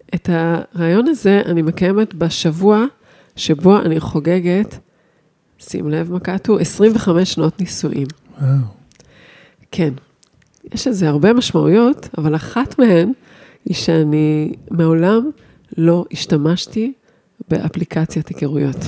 את הרעיון הזה אני מקיימת בשבוע שבו אני חוגגת, שים לב מקטו, 25 שנות נישואים. וואו. כן, יש לזה הרבה משמעויות, אבל אחת מהן היא שאני מעולם לא השתמשתי באפליקציית היכרויות.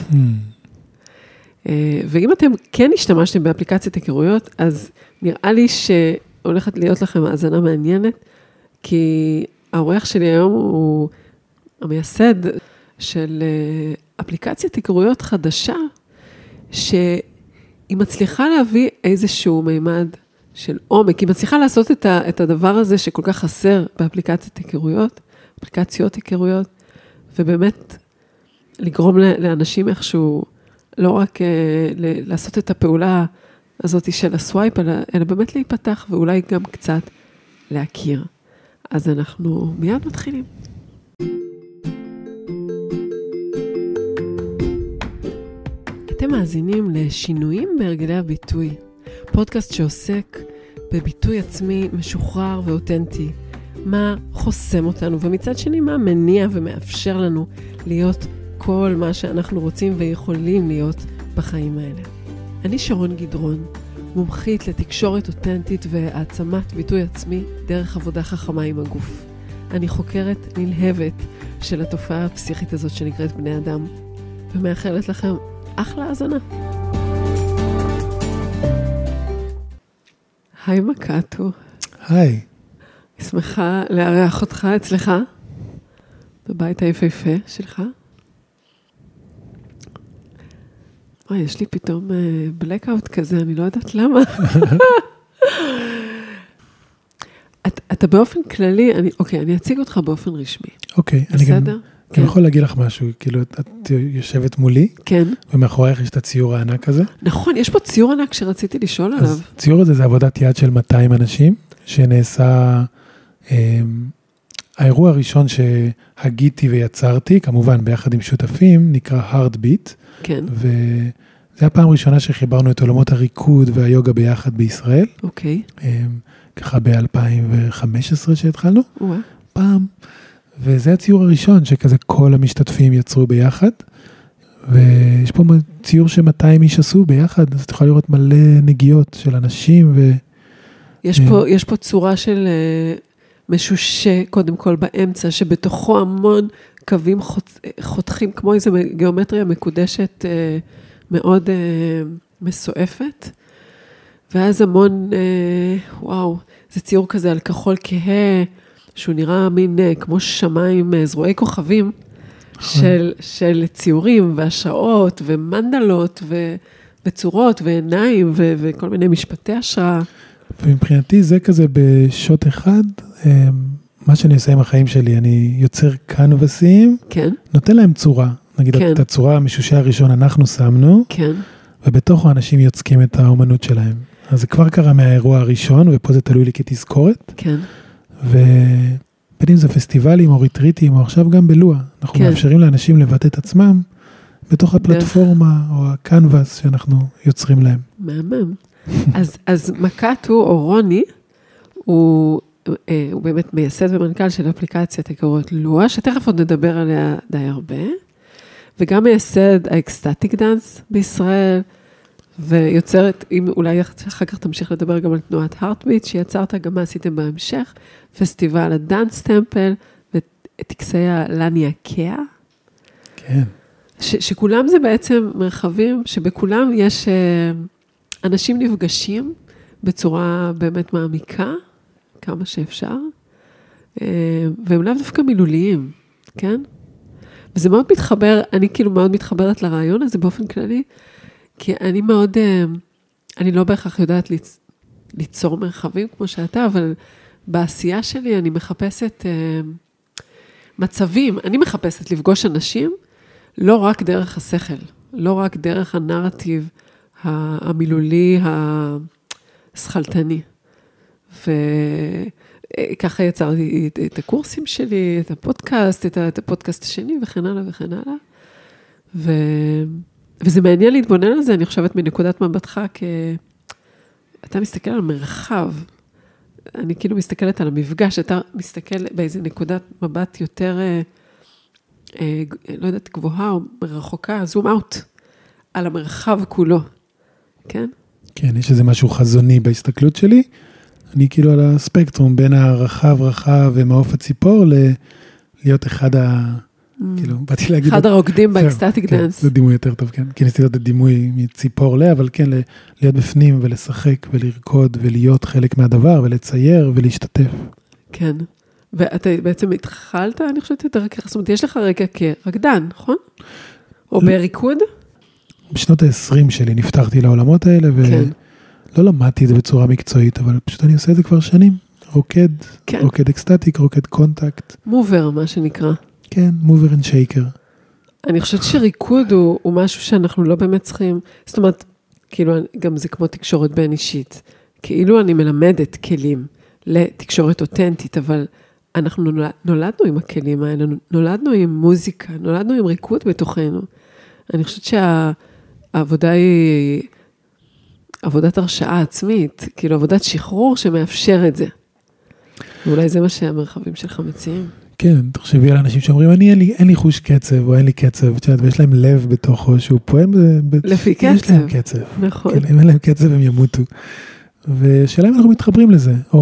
ואם אתם כן השתמשתם באפליקציית היכרויות, אז נראה לי שהולכת להיות לכם האזנה מעניינת, כי האורח שלי היום הוא המייסד של אפליקציית היכרויות חדשה, שהיא מצליחה להביא איזשהו מימד של עומק, היא מצליחה לעשות את הדבר הזה שכל כך חסר באפליקציות היכרויות, ובאמת לגרום לאנשים איכשהו, לא רק לעשות את הפעולה הזאת של הסווייפ, אלא באמת להיפתח ואולי גם קצת להכיר. אז אנחנו מיד מתחילים. אתם מאזינים לשינויים בהרגלי הביטוי, פודקאסט שעוסק בביטוי עצמי משוחרר ואותנטי, מה חוסם אותנו, ומצד שני מה מניע ומאפשר לנו להיות כל מה שאנחנו רוצים ויכולים להיות בחיים האלה. אני שרון גדרון, מומחית לתקשורת אותנטית והעצמת ביטוי עצמי דרך עבודה חכמה עם הגוף. אני חוקרת נלהבת של התופעה הפסיכית הזאת שנקראת בני אדם, ומאחלת לכם אחלה האזנה. היי מקטו. היי. שמחה לארח אותך אצלך, בבית היפהפה שלך. יש לי פתאום בלקאוט כזה, אני לא יודעת למה. אתה באופן כללי, אני אציג אותך באופן רשמי. אוקיי, אני גם יכול להגיד לך משהו, כאילו את יושבת מולי, כן. ומאחורייך יש את הציור הענק הזה. נכון, יש פה ציור ענק שרציתי לשאול עליו. אז ציור הזה זה עבודת יד של 200 אנשים, שנעשה האירוע הראשון שהגיתי ויצרתי, כמובן ביחד עם שותפים, נקרא Heartbeat. כן. וזה הפעם הראשונה שחיברנו את עולמות הריקוד והיוגה ביחד בישראל. אוקיי. ככה ב-2015 שהתחלנו. וואה. פעם. וזה הציור הראשון שכזה כל המשתתפים יצרו ביחד. ויש פה ציור ש200 איש עשו ביחד, אז אתה יכול לראות מלא נגיעות של אנשים יש פה צורה של משושה, קודם כל באמצע, שבתוכו המון קווים חותכים, כמו איזו גיאומטריה מקודשת מאוד מסועפת, ואז המון, וואו, זה ציור כזה על כחול כהה, שהוא נראה מין כמו שמיים, זרועי כוכבים, של ציורים והשעות ומנדלות וצורות ועיניים וכל מיני משפטי השראה. ומבחינתי זה כזה בשוט אחד, מה שאני עושה עם החיים שלי, אני יוצר קנבסים, כן. נותן להם צורה. נגיד כן. את הצורה המשושה הראשון אנחנו שמנו, כן. ובתוכו אנשים יוצקים את האומנות שלהם. אז זה כבר קרה מהאירוע הראשון, ופה זה תלוי לי כתזכורת. כן. ובין אם זה פסטיבלים או ריטריטים, או עכשיו גם בלוע. אנחנו מאפשרים לאנשים לבטא את עצמם, בתוך הפלטפורמה או הקנבס שאנחנו יוצרים להם. מהמם. אז מקטו או רוני, הוא באמת מייסד ומנכ"ל של אפליקציית היכרויות לוע, שתכף עוד נדבר עליה די הרבה, וגם מייסד האקסטטיק דאנס בישראל, ויוצרת, אם אולי אחר כך תמשיך לדבר גם על תנועת Heartbeat, שיצרת גם מה עשיתם בהמשך, פסטיבל הדאנס טמפל, וטקסי הלניה קאה. כן. שכולם זה בעצם מרחבים, שבכולם יש אנשים נפגשים בצורה באמת מעמיקה, כמה שאפשר, והם לאו דווקא מילוליים, כן? וזה מאוד מתחבר, אני כאילו מאוד מתחברת לרעיון הזה באופן כללי, כי אני מאוד, אני לא בהכרח יודעת ליצור מרחבים כמו שאתה, אבל בעשייה שלי אני מחפשת מצבים, אני מחפשת לפגוש אנשים, לא רק דרך השכל, לא רק דרך הנרטיב המילולי, השכלתני. וככה יצרתי את הקורסים שלי, את הפודקאסט, את הפודקאסט השני וכן הלאה וכן הלאה. וזה מעניין להתבונן על זה, אני חושבת מנקודת מבטך, אתה מסתכל על מרחב, אני כאילו מסתכלת על המפגש, אתה מסתכל באיזה נקודת מבט יותר, לא יודעת, גבוהה או רחוקה, זום אאוט, על המרחב כולו, כן? כן, יש איזה משהו חזוני בהסתכלות שלי, אני כאילו על הספקטרום, בין הרחב ומעוף הציפור, להיות אחד כאילו, באתי להגיד... אחד הרוקדים באקסטטיק דנס. זה דימוי יותר טוב, כן. כי ניסיתי להיות דימוי מציפור אבל כן, להיות בפנים ולשחק ולרקוד ולהיות חלק מהדבר ולצייר ולהשתתף. כן. ואתה בעצם התחלת, אני חושבת, זאת אומרת, יש לך רגע כרקדן, נכון? או בריקוד? בשנות ה-20 שלי נפתחתי לעולמות האלה, ולא למדתי את זה בצורה מקצועית, אבל פשוט אני עושה את זה כבר שנים. רוקד, רוקד אקסטטיק, רוקד קונטקט. מובר, מה שנקרא. כן, מובר אנד שייקר. אני חושבת שריקוד הוא משהו שאנחנו לא באמת צריכים, זאת אומרת, כאילו, גם זה כמו תקשורת בין אישית. כאילו אני מלמדת כלים לתקשורת אותנטית, אבל אנחנו נולדנו עם הכלים האלה, נולדנו עם מוזיקה, נולדנו עם ריקוד בתוכנו. אני חושבת שהעבודה היא עבודת הרשאה עצמית, כאילו עבודת שחרור שמאפשר את זה. ואולי זה מה שהמרחבים שלך מציעים. כן, תחשבי על אנשים שאומרים, אין לי חוש קצב, או אין לי קצב, ויש להם לב בתוכו, שהוא פועם, לפי קצב. יש להם קצב. נכון. אם אין להם קצב, הם ימותו. ושאלה אם אנחנו מתחברים לזה, או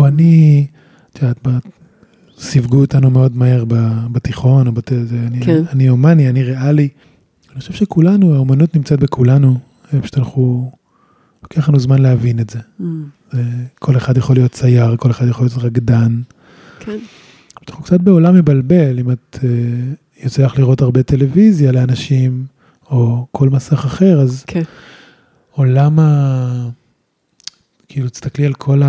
סיווגו אותנו מאוד מהר בתיכון, אני אומני, אני ריאלי. אני חושב שכולנו, האומנות נמצאת בכולנו, פשוט לוקח לנו זמן להבין את זה. כל אחד יכול להיות צייר, כל אחד יכול להיות רקדן. כן. אנחנו קצת בעולם מבלבל, אם את יוצא לך לראות הרבה טלוויזיה לאנשים, או כל מסך אחר, אז עולם כאילו תסתכלי על כל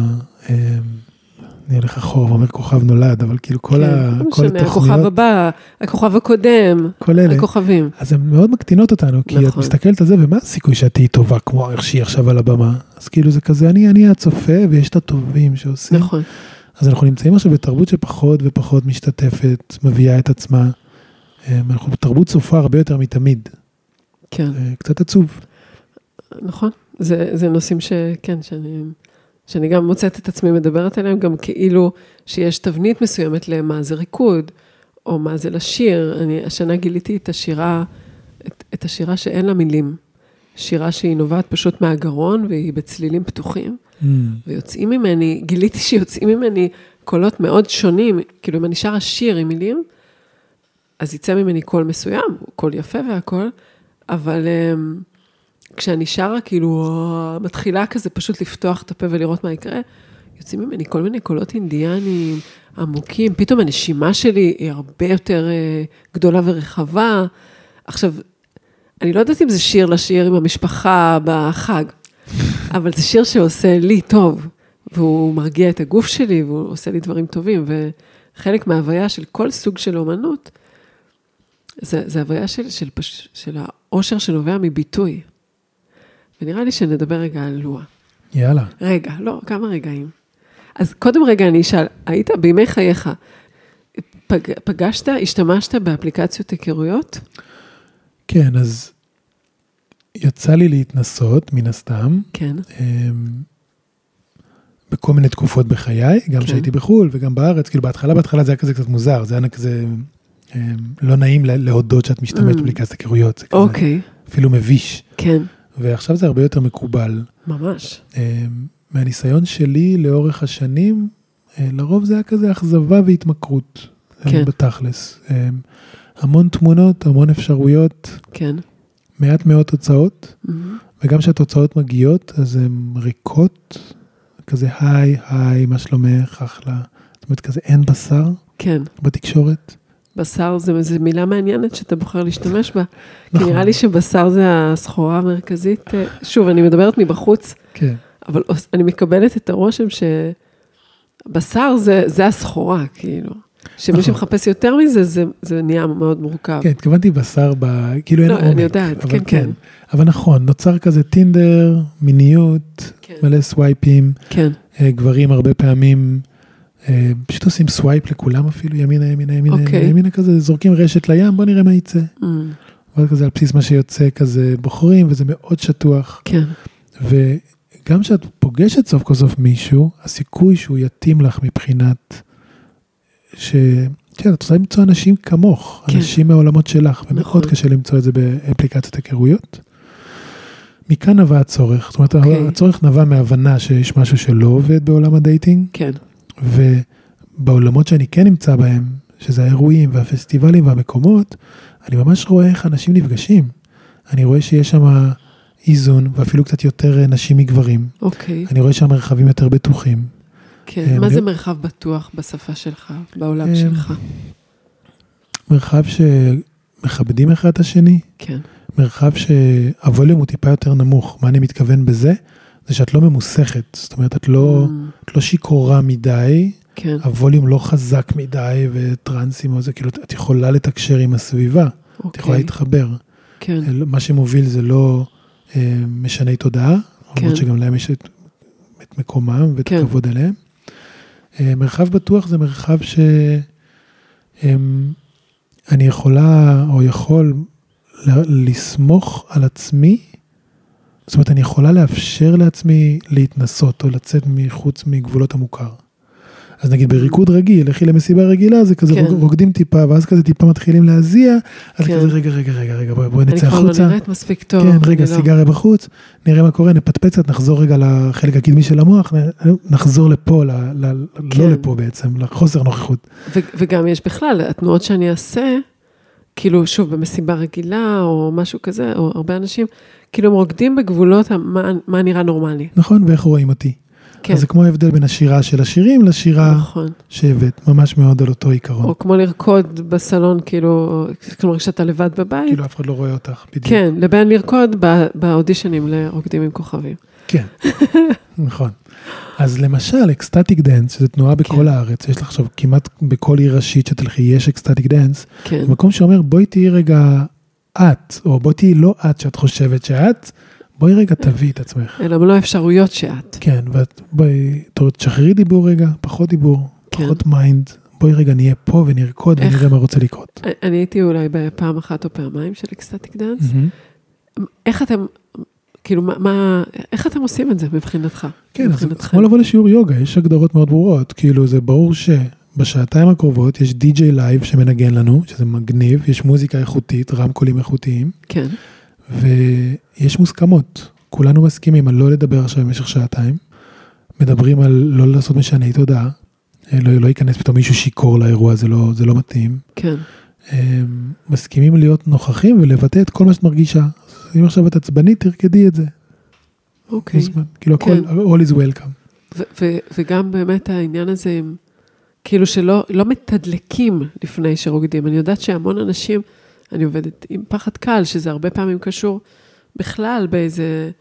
אני הולך אחורה ואומר כוכב נולד, אבל כאילו כל התוכניות... הכוכב הבא, הכוכב הקודם, הכוכבים. אז הן מאוד מקטינות אותנו, כי את מסתכלת על זה, ומה הסיכוי שאת תהיי טובה, כמו איך שהיא עכשיו על הבמה? אז כאילו זה כזה, אני הצופה, ויש את הטובים שעושים. נכון. אז אנחנו נמצאים עכשיו בתרבות שפחות ופחות משתתפת, מביאה את עצמה. אנחנו בתרבות סופה הרבה יותר מתמיד. כן. קצת עצוב. נכון. זה נושאים שאני גם מוצאת את עצמי מדברת עליהם, גם כאילו שיש תבנית מסוימת למה זה ריקוד, או מה זה לשיר. אני השנה גיליתי את השירה שאין לה מילים. שירה שהיא נובעת פשוט מהגרון, והיא בצלילים פתוחים. ויוצאים ממני, גיליתי שיוצאים ממני קולות מאוד שונים, כאילו אם אני שרה שיר עם מילים, אז יצא ממני קול מסוים, קול יפה והכל, אבל כשאני שרה, כאילו, מתחילה כזה פשוט לפתוח את הפה ולראות מה יקרה, יוצאים ממני כל מיני קולות אינדיאניים, עמוקים, פתאום הנשימה שלי היא הרבה יותר גדולה ורחבה. עכשיו, אני לא יודעת אם זה שיר לשיר עם המשפחה בחג, אבל זה שיר שעושה לי טוב, והוא מרגיע את הגוף שלי, והוא עושה לי דברים טובים, וחלק מההוויה של כל סוג של אומנות, זה הוויה של האושר שנובע מביטוי. ונראה לי שנדבר רגע על לואה. יאללה. רגע, לא, כמה רגעים. אז קודם רגע אני אשאל, היית בימי חייך, השתמשת באפליקציות היכרויות? כן, אז יצא לי להתנסות, מן הסתם. כן. בכל מיני תקופות בחיי, גם שהייתי בחול וגם בארץ, כאילו בהתחלה זה היה כזה קצת מוזר, זה היה כזה לא נעים להודות שאת משתמשת באפליקציות היכרויות, זה כזה אפילו מביש. כן. ועכשיו זה הרבה יותר מקובל. ממש. מהניסיון שלי לאורך השנים, לרוב זה היה כזה אכזבה והתמכרות. כן. בתכלס. המון תמונות, המון אפשרויות. כן. מעט מאוד תוצאות. וגם שהתוצאות מגיעות, אז הן ריקות. כזה, היי, מה שלומך, אחלה. זאת אומרת, כזה אין בשר. כן. בתקשורת. בשר זה מילה מעניינת שאתה בוחר להשתמש בה. נכון. כי נראה לי שבשר זה הסחורה המרכזית. שוב, אני מדברת מבחוץ. כן. אבל אני מקבלת את הרושם שבשר זה הסחורה, כאילו. שמי שמחפש יותר מזה, זה נהיה מאוד מורכב. כן, התכוונתי בשר, כאילו אין עומק. אני יודעת, כן. אבל נכון, נוצר כזה טינדר, מיניות, מלא סווייפים. כן. גברים הרבה פעמים, פשוט עושים סווייפ לכולם אפילו, ימינה כזה, זורקים רשת לים, בוא נראה מה יצא. אבל כזה על בסיס מה שיוצא, כזה בוחרים, וזה מאוד שטוח. כן. גם כשאת פוגשת סוף כל סוף מישהו, הסיכוי שהוא יתאים לך מבחינת, את רוצה למצוא אנשים כמוך, אנשים מהעולמות שלך, ומאוד קשה למצוא את זה באפליקציית היכרויות. מכאן נבע הצורך, זאת אומרת, הצורך נבע מהבנה שיש משהו שלא עובד בעולם הדייטינג, כן. ובעולמות שאני כן נמצא בהם, שזה האירועים והפסטיבלים והמקומות, אני ממש רואה איך אנשים נפגשים. אני רואה שיש שם איזון, ואפילו קצת יותר נשים מגברים. אוקיי. אני רואה שהמרחבים יותר בטוחים. כן, מה זה מרחב בטוח בשפה שלך, בעולם שלך? מרחב שמכבדים אחד את השני. כן. מרחב שהווליום הוא טיפה יותר נמוך. מה אני מתכוון בזה? זה שאת לא ממוסכת. זאת אומרת, את לא שיכורה מדי. כן. הווליום לא חזק מדי וטרנסים או זה. כאילו, את יכולה לתקשר עם הסביבה. את יכולה להתחבר. כן. מה שמוביל זה לא משני תודעה. כן. למרות שגם להם יש את מקומם ואת הכבוד אליהם. מרחב בטוח זה מרחב שאני יכולה או יכול לסמוך על עצמי, זאת אומרת אני יכולה לאפשר לעצמי להתנסות או לצאת מחוץ מגבולות המוכר. אז נגיד בריקוד רגיל, לכי למסיבה רגילה, זה כזה רוקדים טיפה, ואז כזה טיפה מתחילים להזיע, אז כזה רגע, בואי נצא החוצה. אני כבר לא נראית מספיק טוב. כן, רגע, סיגריה בחוץ, נראה מה קורה, נפטפצת, נחזור רגע לחלק הקדמי של המוח, נחזור לפה, לא לפה בעצם, לחוסר נוכחות. וגם יש בכלל, התנועות שאני אעשה, כאילו שוב במסיבה רגילה, או משהו כזה, או הרבה אנשים, כאילו הם רוקדים בגבולות מה נראה נורמלי. נכון, ואיך רואים אותי. כן. אז זה כמו ההבדל בין השירה של השירים לשירה נכון. שהבאת, ממש מאוד על אותו עיקרון. או כמו לרקוד בסלון, כאילו, כלומר כשאתה לבד בבית. כאילו אף אחד לא רואה אותך, בדיוק. כן, לבין לרקוד באודישנים לרוקדים עם כוכבים. כן, נכון. אז למשל, אקסטטיק דנס, שזו תנועה בכל הארץ, יש לך עכשיו כמעט בכל עיר ראשית שתלכי, יש אקסטטיק דנס, במקום שאומר, בואי תהיי רגע את, או בואי תהיי לא את שאת חושבת שאת, בואי רגע תביא את עצמך. אלא לא אפשרויות שאת. כן, ובואי, תשחררי דיבור רגע, פחות דיבור, פחות מיינד, בואי רגע נהיה פה ונרקוד ונראה מה רוצה לקרות. אני הייתי אולי בפעם אחת או פעמיים של אקסטטיק דנס, איך אתם, כאילו, איך אתם עושים את זה מבחינתך? כן, זה כמו לבוא לשיעור יוגה, יש הגדרות מאוד ברורות, כאילו זה ברור שבשעתיים הקרובות יש די-ג'יי לייב שמנגן לנו, שזה מגניב, יש מוזיקה איכותית, רמקולים איכותיים. כן. ויש מוסכמות, כולנו מסכימים על לא לדבר עכשיו במשך שעתיים, מדברים על לא לעשות משני תודעה, לא ייכנס פתאום מישהו שיקור לאירוע, זה לא מתאים. כן. מסכימים להיות נוכחים ולבטא את כל מה שאת מרגישה. אם עכשיו את עצבנית, תרקדי את זה. אוקיי. כאילו הכל, all is welcome. וגם באמת העניין הזה, כאילו שלא מתדלקים לפני שרוקדים. אני יודעת שהמון אנשים, אני עובדת עם פחד קל, שזה הרבה פעמים קשור בכלל באיזה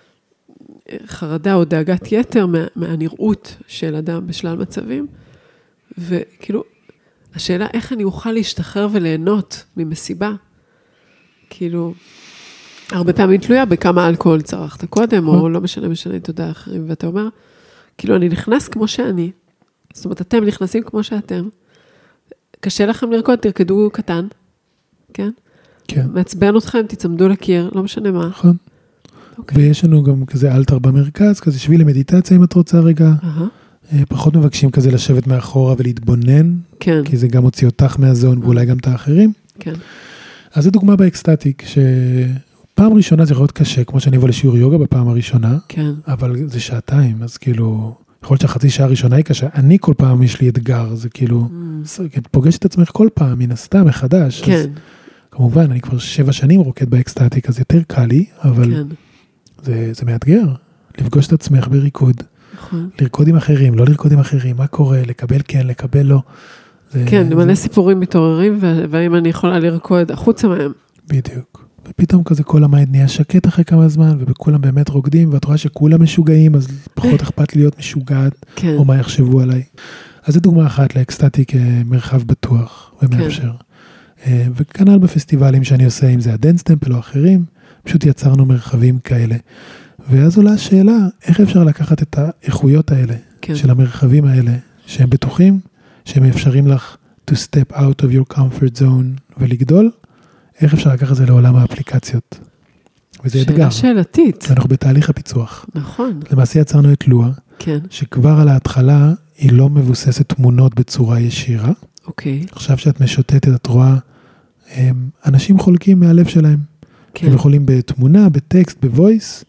חרדה או דאגת יתר מהנראות של אדם בשלל מצבים, וכאילו, השאלה איך אני אוכל להשתחרר וליהנות ממסיבה, כאילו, הרבה פעמים תלויה בכמה אלכוהול צרכת קודם, או לא משנה תודה אחרים, ואתה אומר, כאילו, אני נכנס כמו שאני, זאת אומרת, אתם נכנסים כמו שאתם, קשה לכם לרקוד, תרקדו קטן, כן? כן. מעצבן אתכם, תצמדו לקיר, לא משנה מה. נכון. ויש לנו גם כזה אלתר במרכז, כזה שביל למדיטציה אם את רוצה רגע. פחות מבקשים כזה לשבת מאחורה ולהתבונן, כן. כי זה גם הוציא אותך מהזון, ואולי גם את האחרים. כן. אז זו דוגמה באקסטטיק, שפעם ראשונה זה יכול להיות קשה, כמו שאני אבוא לשיעור יוגה בפעם הראשונה, כן. אבל זה שעתיים, אז כאילו, יכול להיות שהחצי שעה הראשונה היא קשה, אני כל פעם יש לי אתגר, זה כאילו, את פוגשת את עצמך כל פעם, מן הסתם, מחדש. כן. אז, כמובן, אני כבר 7 שנים רוקד באקסטטיק, אז יותר קל לי, אבל כן. זה מאתגר, לפגוש את עצמך בריקוד, נכון. לרקוד עם אחרים, לא לרקוד עם אחרים, מה קורה, לקבל כן, לקבל לא. כן, מלא סיפורים מתעוררים, והאם אני יכולה לרקוד החוצה מהם. בדיוק. ופתאום כזה כל המיינד נהיה שקט אחרי כמה זמן, ובכולם באמת רוקדים, ואת רואה שכולם משוגעים, אז פחות אכפת להיות משוגעת, כן. או מה יחשבו עליי. אז זו דוגמה אחת לאקסטטיק מרחב בטוח ומאפשר. כן. וכנ"ל בפסטיבלים שאני עושה, אם זה הדנס טמפל או אחרים, פשוט יצרנו מרחבים כאלה. ואז עולה השאלה, איך אפשר לקחת את האיכויות האלה, כן. של המרחבים האלה, שהם בטוחים, שהם אפשרים לך to step out of your comfort zone ולגדול, איך אפשר לקחת את זה לעולם האפליקציות. וזה אתגר. שאלה שאלתית. ואנחנו בתהליך הפיצוח. נכון. למעשה יצרנו את לואה, כן. שכבר על ההתחלה היא לא מבוססת תמונות בצורה ישירה. אוקיי. עכשיו שאת משוטטת, את רואה, אנשים חולקים מהלב שלהם. כן. הם יכולים בתמונה, בטקסט, בוויס,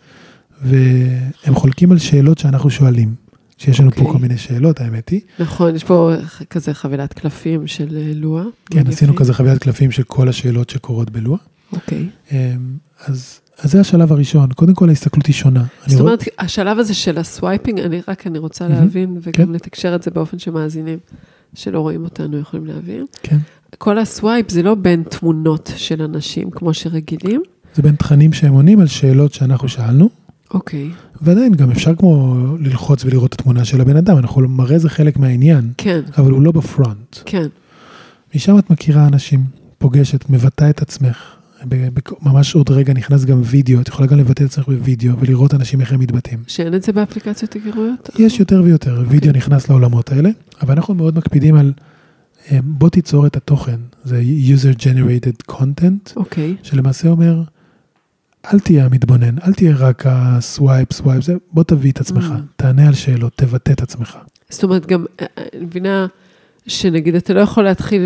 והם חולקים על שאלות שאנחנו שואלים. שיש לנו פה כל מיני שאלות, האמת היא. נכון, יש פה כזה חבילת קלפים של לואה. כן, עשינו כזה חבילת קלפים של כל השאלות שקורות בלואה. אוקיי. אז זה השלב הראשון. קודם כל, ההסתכלות היא שונה. זאת אומרת, השלב הזה של הסווייפינג, אני רוצה להבין, וגם לתקשר את זה באופן שמאזינים, שלא רואים אותנו, יכולים להבין. כן. כל הסווייפ זה לא בין תמונות של אנשים, כמו שרגילים. זה בין תכנים שהם עונים על שאלות שאנחנו שאלנו. אוקיי. ועדיין גם אפשר כמו ללחוץ ולראות את התמונה של הבן אדם, אנחנו מראה זה חלק מהעניין, כן. אבל הוא לא בפרונט. כן. משם את מכירה אנשים, פוגשת, מבטא את עצמך, ממש עוד רגע נכנס גם וידאו, את יכולה גם לבטא את עצמך בוידאו, ולראות אנשים איך הם מתבטאים. שאין את זה באפליקציות היכרויות? יש יותר ויותר, וידאו נכנס לעולמות האלה, אבל אנחנו מאוד מקפידים על, בוא תיצור את התוכן, זה user generated content, אוקיי. שלמעשה אומר, אל תהיה המתבונן, אל תהיה רק הסווייפ, בוא תביא את עצמך, תענה על שאלות, תבטא את עצמך. זאת אומרת, גם, אני מבינה שנגיד, אתה לא יכול להתחיל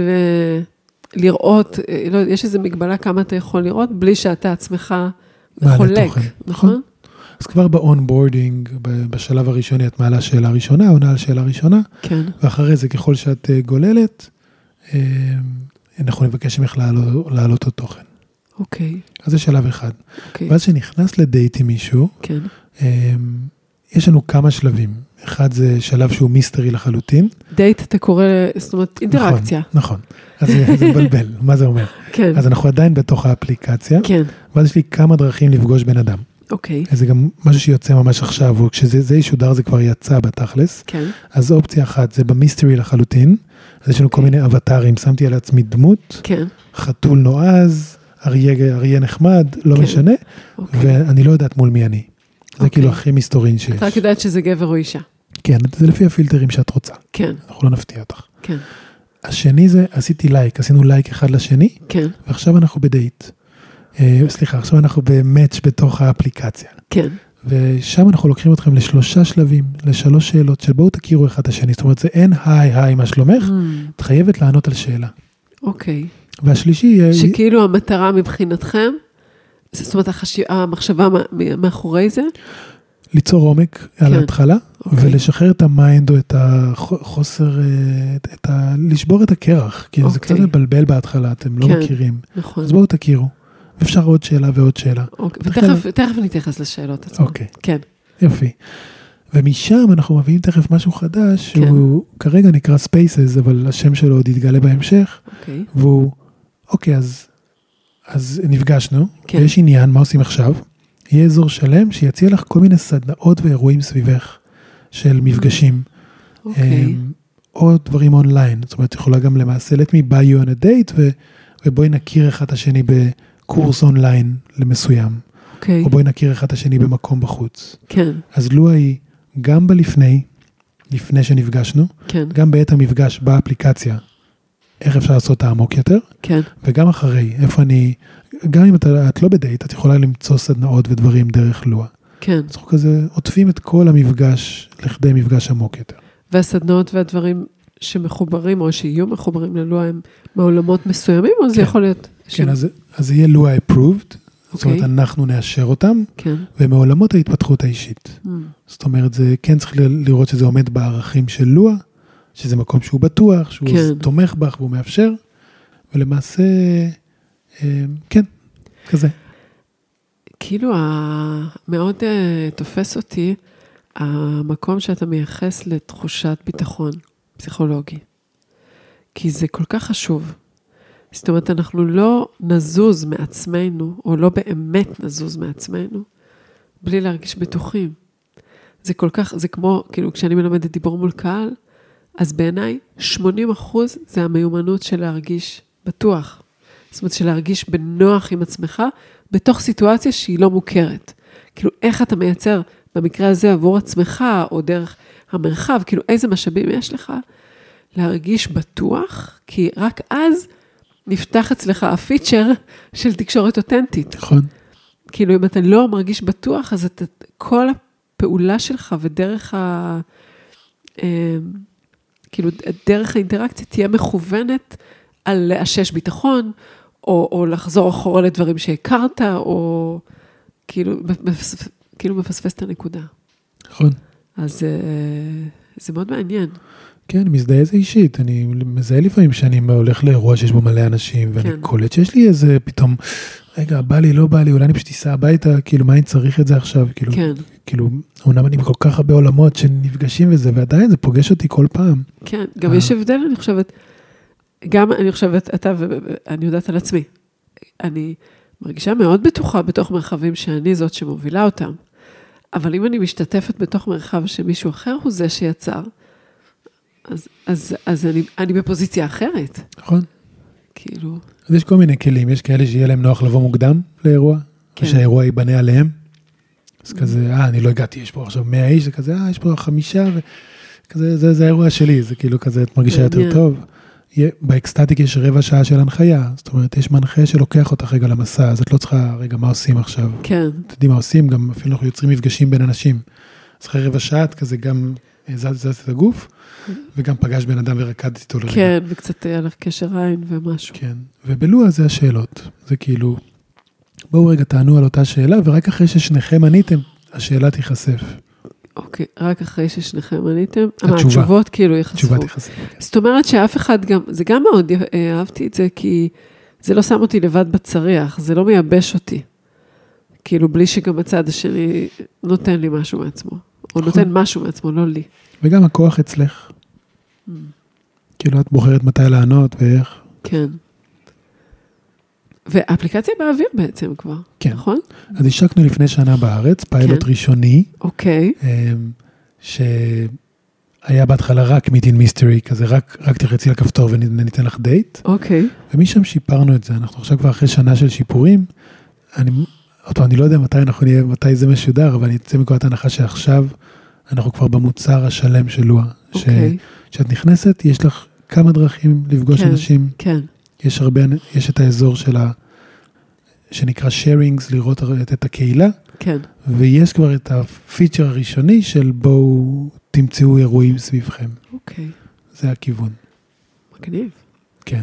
לראות, יש איזו מגבלה כמה אתה יכול לראות, בלי שאתה עצמך חולק, נכון? אז כבר באונבורדינג, בשלב הראשוני, את מעלה שאלה ראשונה, עונה על שאלה ראשונה, כן. ואחרי זה, ככל שאת גוללת, אנחנו נבקש ממך להעלות את תוכן. אוקיי. אז זה שלב אחד. אוקיי. ואז שנכנס לדייט עם מישהו, כן. יש לנו כמה שלבים. אחד זה שלב שהוא מיסטרי לחלוטין. דייט אתה קורא, זאת אומרת, אינטראקציה. נכון. אז זה מבלבל. מה זה אומר? כן. אז אנחנו עדיין בתוך האפליקציה. כן. ואז יש לי כמה דרכים לפגוש בן אדם. אוקיי. זה גם משהו שיוצא ממש עכשיו, או כשזה ישודר זה כבר יצא בתכלס. כן. אז אופציה אחת זה במיסטרי לחלוטין. אז יש לנו כל מיני אבטרים, שמתי על עצמי דמות. כן. חתול נועז, אריה נחמד, לא משנה. ואני לא יודעת מול מי אני. זה כאילו הכי מסתורין שיש. את רק יודעת שזה גבר או אישה. כן, זה לפי הפילטרים שאת רוצה. כן. אנחנו לא נפתיע אותך. כן. השני זה, עשינו לייק אחד לשני. כן. ועכשיו אנחנו בדייט. עכשיו אנחנו במאץ' בתוך האפליקציה. כן. ושם אנחנו לוקחים אתכם לשלושה שלבים, לשלוש שאלות, שבואו תכירו אחד את השני. זאת אומרת, זה אין היי, מה שלומך? את חייבת לענות על שאלה. אוקיי. והשלישי... שכאילו המטרה מבחינתכם, זאת אומרת, המחשבה מאחורי זה? ליצור עומק על ההתחלה, ולשחרר את המיינד או את החוסר, לשבור את הקרח, כי זה קצת מבלבל בהתחלה, אתם לא מכירים. נכון. אז בואו תכירו. אפשר עוד שאלה ועוד שאלה. ותכף נתייחס לשאלות עצמו. אוקיי. כן. יופי. ומשם אנחנו מביאים תכף משהו חדש, שהוא כרגע נקרא Spaces, אבל השם שלו עוד יתגלה בהמשך. אוקיי. והוא, אוקיי, אז נפגשנו, ויש עניין, מה עושים עכשיו? יהיה אזור שלם שיציע לך כל מיני סדנאות ואירועים סביבך של מפגשים. או דברים אונליין. זאת אומרת, יכולה גם למעשה, let me buy you on a date, ובואי נכיר אחד השני בקורס אונליין למסוים. או בואי נכיר אחד השני במקום בחוץ. כן. אז לואה היא גם לפני שנפגשנו, גם בעת המפגש באפליקציה, איך אפשר לעשות העמוק יותר, וגם אחרי, גם אם את לא בדייט, את יכולה למצוא סדנאות ודברים דרך לואה. כן. אז אנחנו כזה עוטפים את כל המפגש לכדי מפגש עמוק יותר. והסדנאות והדברים שמחוברים, או שיהיו מחוברים ללואה, הם מעולמות מסוימים, או זה יכול להיות... כן, אז זה יהיה לואה approved, זאת אומרת, אנחנו נאשר אותם, ומעולמות ההתפתחות האישית. זאת אומרת, זה כן צריך לראות שזה עומד בערכים של לואה, שזה מקום שהוא בטוח, שהוא תומך בך והוא מאפשר, ולמעשה, כן, כזה. כאילו, מאוד תופס אותי, המקום שאתה מייחס לתחושת ביטחון פסיכולוגי. כי זה כל כך חשוב. זאת אומרת, אנחנו לא נזוז מעצמנו, או לא באמת נזוז מעצמנו, בלי להרגיש בטוחים. זה כל כך, זה כמו, כאילו, כשאני מלמדת דיבור מול קהל, אז בעיניי 80% זה המיומנות של להרגיש בטוח. זאת אומרת, של להרגיש בנוח עם עצמך, בתוך סיטואציה שהיא לא מוכרת. כאילו, איך אתה מייצר במקרה הזה עבור עצמך, או דרך המרחב, כאילו, איזה משאבים יש לך להרגיש בטוח, כי רק אז נפתח אצלך הפיצ'ר של תקשורת אותנטית. נכון. כאילו, אם אתה לא מרגיש בטוח, אז כל הפעולה שלך ודרך כאילו, דרך האינטראקציה תהיה מכוונת על לאשש ביטחון, או לחזור אחורה לדברים שהכרת, או כאילו מפספס את הנקודה. נכון. אז זה מאוד מעניין. כן, מזדהה זה אישית. אני מזהה לפעמים שאני הולך לאירוע שיש בו מלא אנשים, ואני קולט שיש לי איזה פתאום, רגע, בא לי, לא בא לי, אולי אני פשוט אסע הביתה, כאילו, מה אני צריך את זה עכשיו? כאילו, אומנם אני בכל כך הרבה עולמות שנפגשים וזה, ועדיין זה פוגש אותי כל פעם. כן, גם יש הבדל, אני חושבת, גם אני חושבת, אתה ואני יודעת על עצמי, אני מרגישה מאוד בטוחה בתוך מרחבים שאני זאת שמובילה אותם, אבל אם אני משתתפת בתוך מרחב שמישהו אחר הוא זה שיצר, אז אני בפוזיציה אחרת. נכון. כאילו... אז יש כל מיני כלים, יש כאלה שיהיה להם נוח לבוא מוקדם לאירוע, ושהאירוע ייבנה עליהם. אז כזה, אני לא הגעתי, יש פה עכשיו 100 איש, זה כזה, יש פה 5, וכזה, זה האירוע שלי, זה כאילו כזה, את מרגישה יותר טוב. באקסטטיק יש רבע שעה של הנחיה, זאת אומרת, יש מנחה שלוקח אותך רגע למסע, אז את לא צריכה, רגע, מה עושים עכשיו? כן. אתם יודעים מה עושים, גם אפילו אנחנו יוצרים מפגשים בין אנשים. אז אחרי רבע שעה, את כזה גם זזת את הגוף, וגם פגש בן אדם ורקדת איתו לרגע. כן, וקצת היה לך קשר עין ומשהו. כן, ובלוע זה השאלות. זה כאילו, בואו רגע תענו על אותה שאלה, ורק אחרי ששניכם עניתם, השאלה תיחשף. אוקיי, רק אחרי ששניכם עניתם? התשובות כאילו יחשפו. התשובה תיחשף. זאת אומרת שאף אחד גם, זה גם מאוד אהבתי את זה, כי זה לא שם אותי לבד בצריח, זה לא מייבש אותי. כאילו בלי שגם הצד השני נותן לי משהו מעצמו, או נותן משהו מעצמו, לא לי. וגם הכוח אצלך. כאילו את בוחרת מתי לענות ואיך. כן. והאפליקציה באוויר בעצם כבר, נכון? אז השקנו לפני שנה בארץ, פיילוט ראשוני. אוקיי. שהיה בהתחלה רק מיט אין מיסטרי, כזה רק תלחצי לכפתור וניתן לך דייט. אוקיי. ומשם שיפרנו את זה. אנחנו עכשיו כבר אחרי שנה של שיפורים. אני לא יודע מתי זה משודר, אבל אני אצא מנקודת ההנחה שעכשיו אנחנו כבר במוצר השלם של לוע. שאת נכנסת, יש לך כמה דרכים לפגוש אנשים. כן. יש את האזור שנקרא sharing's, לראות את הקהילה. כן. ויש כבר את הפיצ'ר הראשוני של בואו תמצאו אירועים סביבכם. אוקיי. זה הכיוון. מגניב. כן.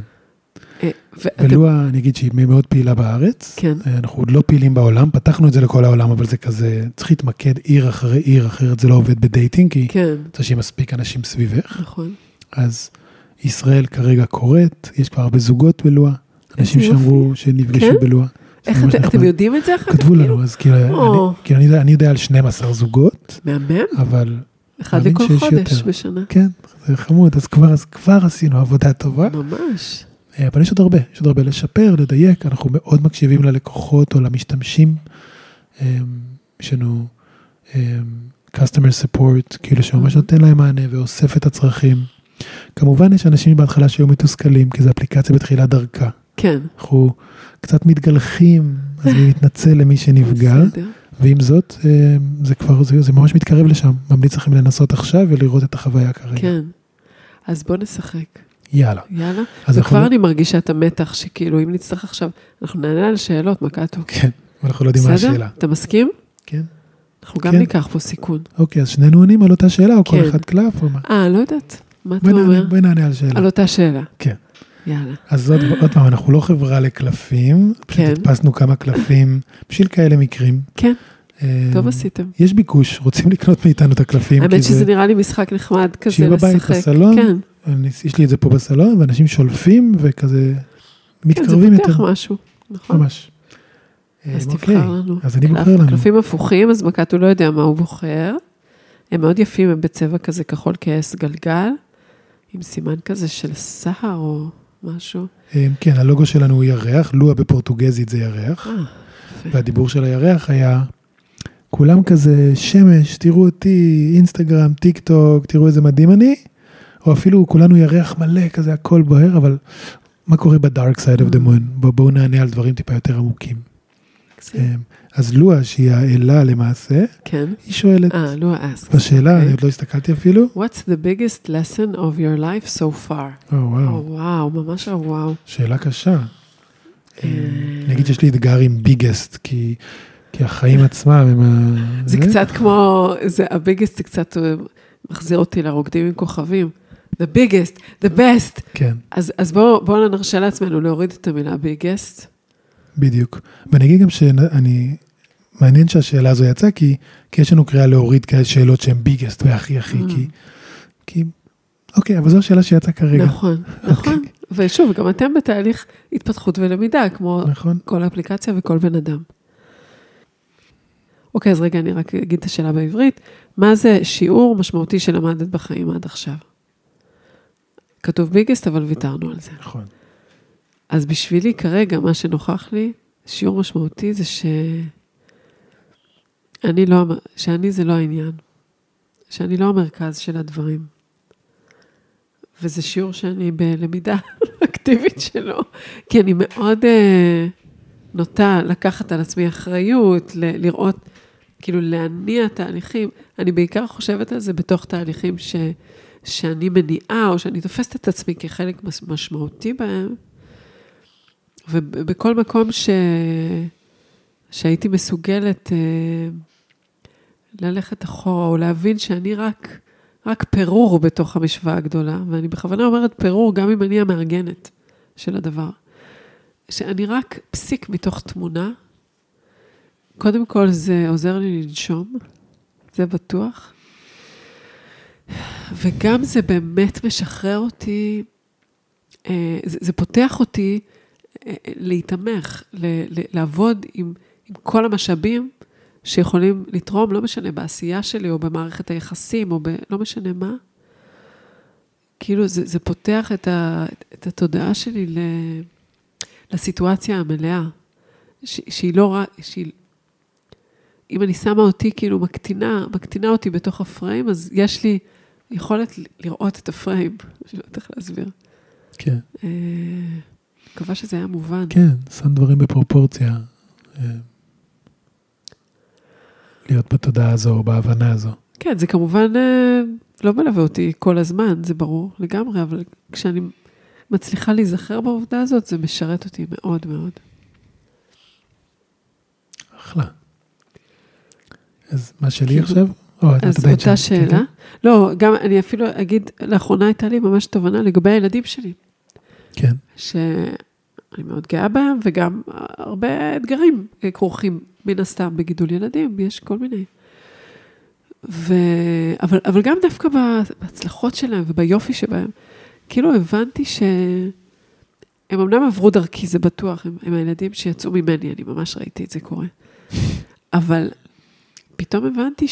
ולוע, אני אגיד שהיא מאוד פעילה בארץ. כן. אנחנו עוד לא פעילים בעולם, פתחנו את זה לכל העולם, אבל זה כזה, צריך להתמקד עיר אחרי עיר, אחרת זה לא עובד בדייטינג, כי צריך שיהיה מספיק אנשים סביבך. נכון. אז ישראל כרגע קורית, יש כבר הרבה זוגות בלוע, אנשים שאמרו שנפגשו בלוע. איך אתם יודעים את זה אחר כך? כתבו לנו, אז כאילו אני יודע על 12 זוגות. מהמם. אבל... אחד לכל חודש בשנה. כן, זה חמוד, אז כבר עשינו עבודה טובה. ממש. אבל יש עוד הרבה לשפר, לדייק, אנחנו מאוד מקשיבים ללקוחות או למשתמשים. יש לנו customer support, כאילו שממש נותן להם מענה ואוסף את הצרכים. כמובן יש אנשים בהתחלה שהיו מתוסכלים, כי זו אפליקציה בתחילת דרכה. כן. אנחנו קצת מתגלחים, אז אני מתנצל למי שנפגע, ועם זאת, זה ממש מתקרב לשם. ממליץ לכם לנסות עכשיו ולראות את החוויה כרגע. כן. אז בוא נשחק. יאללה. יאללה. וכבר אני מרגישה את המתח שכאילו, אם נצטרך עכשיו, אנחנו נענה על שאלות, מה כתוב? כן, אנחנו לא יודעים מה השאלה. בסדר? אתה מסכים? כן. אנחנו גם ניקח פה סיכון. אוקיי, אז שנינו עונים על אותה שאלה, או כל אחד קלף, או מה? לא יודעת. מה אתה אומר? בואי נענה על שאלה. על אותה שאלה. כן. יאללה. אז עוד פעם, אנחנו לא חברה לקלפים, פשוט הדפסנו כמה קלפים, בשביל כאלה מקרים. כן. טוב עשיתם. יש ביקוש, רוצים לקנות מאיתנו את הקלפים. האמת שזה נראה לי משחק נחמד כזה לשחק. שיהיה בבית בסלון, יש לי את זה פה בסלון, ואנשים שולפים וכזה מתקרבים יותר. כן, זה פותח משהו, נכון? ממש. אז תבחר לנו. אז אני בוחר לנו. קלפים הפוכים, אז מקט הוא לא יודע מה הוא בוחר. הם מאוד יפים, הם בצבע כזה כחול כעס גלגל, עם סימן כזה של סהר או משהו. כן, הלוגו שלנו הוא ירח, לוע בפורטוגזית זה ירח. והדיבור של הירח היה, כולם כזה שמש, תראו אותי, אינסטגרם, טיק טוק, תראו איזה מדהים אני, או אפילו כולנו ירח מלא, כזה הכל בוער, אבל מה קורה בדארק סייד אוף דה מון? בואו נענה על דברים טיפה יותר עמוקים. אז לוע, שהיא האלה למעשה, היא שואלת, בשאלה, אני עוד לא הסתכלתי אפילו. What's the biggest lesson of your life so far? וואו, ממש וואו. שאלה קשה. נגיד שיש לי אתגר עם ביגסט, כי כי החיים עצמם הם... זה קצת כמו, הביגסט זה קצת מחזיר אותי לרוקדים עם כוכבים. The biggest, the best. כן. אז בואו נרשה לעצמנו להוריד את המילה ביגסט. בדיוק. ואני אגיד גם שאני... מעניין שהשאלה הזו יצאה, כי יש לנו קריאה להוריד כאלה שאלות שהן ביגסט והכי הכי, כי... אוקיי, אבל זו השאלה שיצאה כרגע. נכון, נכון. ושוב, גם אתם בתהליך התפתחות ולמידה, כמו כל אפליקציה וכל בן אדם. אוקיי, אז רגע, אני רק אגיד את השאלה בעברית. מה זה שיעור משמעותי שלמדת בחיים עד עכשיו? כתוב ביגסט, אבל ויתרנו על זה. נכון. אז בשבילי כרגע, מה שנוכח לי, שיעור משמעותי זה שאני זה לא העניין. שאני לא המרכז של הדברים. וזה שיעור שאני בלמידה אקטיבית שלו, כי אני מאוד נוטה לקחת על עצמי אחריות, לראות, כאילו להניע תהליכים. אני בעיקר חושבת על זה בתוך תהליכים שאני מניעה, או שאני תופסת את עצמי כחלק משמעותי בהם, ובכל מקום שהייתי מסוגלת ללכת אחורה, או להבין שאני רק פירור בתוך המשוואה הגדולה, ואני בכוונה אומרת פירור, גם אם אני המארגנת של הדבר. שאני רק פסיק מתוך תמונה, קודם כל זה עוזר לי לנשום, זה בטוח, וגם זה באמת משחרר אותי, זה פותח אותי להתמך, לעבוד עם כל המשאבים שיכולים לתרום, לא משנה, בעשייה שלי, או במערכת היחסים, או לא משנה מה. כאילו, זה פותח את התודעה שלי לסיטואציה המלאה, שהיא לא רק, אם אני שמה אותי, כאילו, מקטינה אותי בתוך הפריים, אז יש לי יכולת לראות את הפריים, שלא צריך להסביר. כן. מקווה שזה היה מובן. כן, שם דברים בפרופורציה. להיות בתודעה הזו, או בהבנה הזו. כן, זה כמובן לא מלווה אותי כל הזמן, זה ברור לגמרי, אבל כשאני מצליחה להיזכר בעובדה הזאת, זה משרת אותי מאוד מאוד. אחלה. אז מה שלי עכשיו? אז אותה שאלה. לא, גם אני אפילו אגיד, לאחרונה הייתה לי ממש תובנה לגבי הילדים שלי. כן. שאני מאוד גאה בהם, וגם הרבה אתגרים כרוכים מן הסתם בגידול ילדים, יש כל מיני. אבל גם דווקא בהצלחות שלהם וביופי שבהם, כאילו הבנתי שהם אמנם עברו דרכי, זה בטוח, הם הילדים שיצאו ממני, אני ממש ראיתי את זה קורה. אבל פתאום הבנתי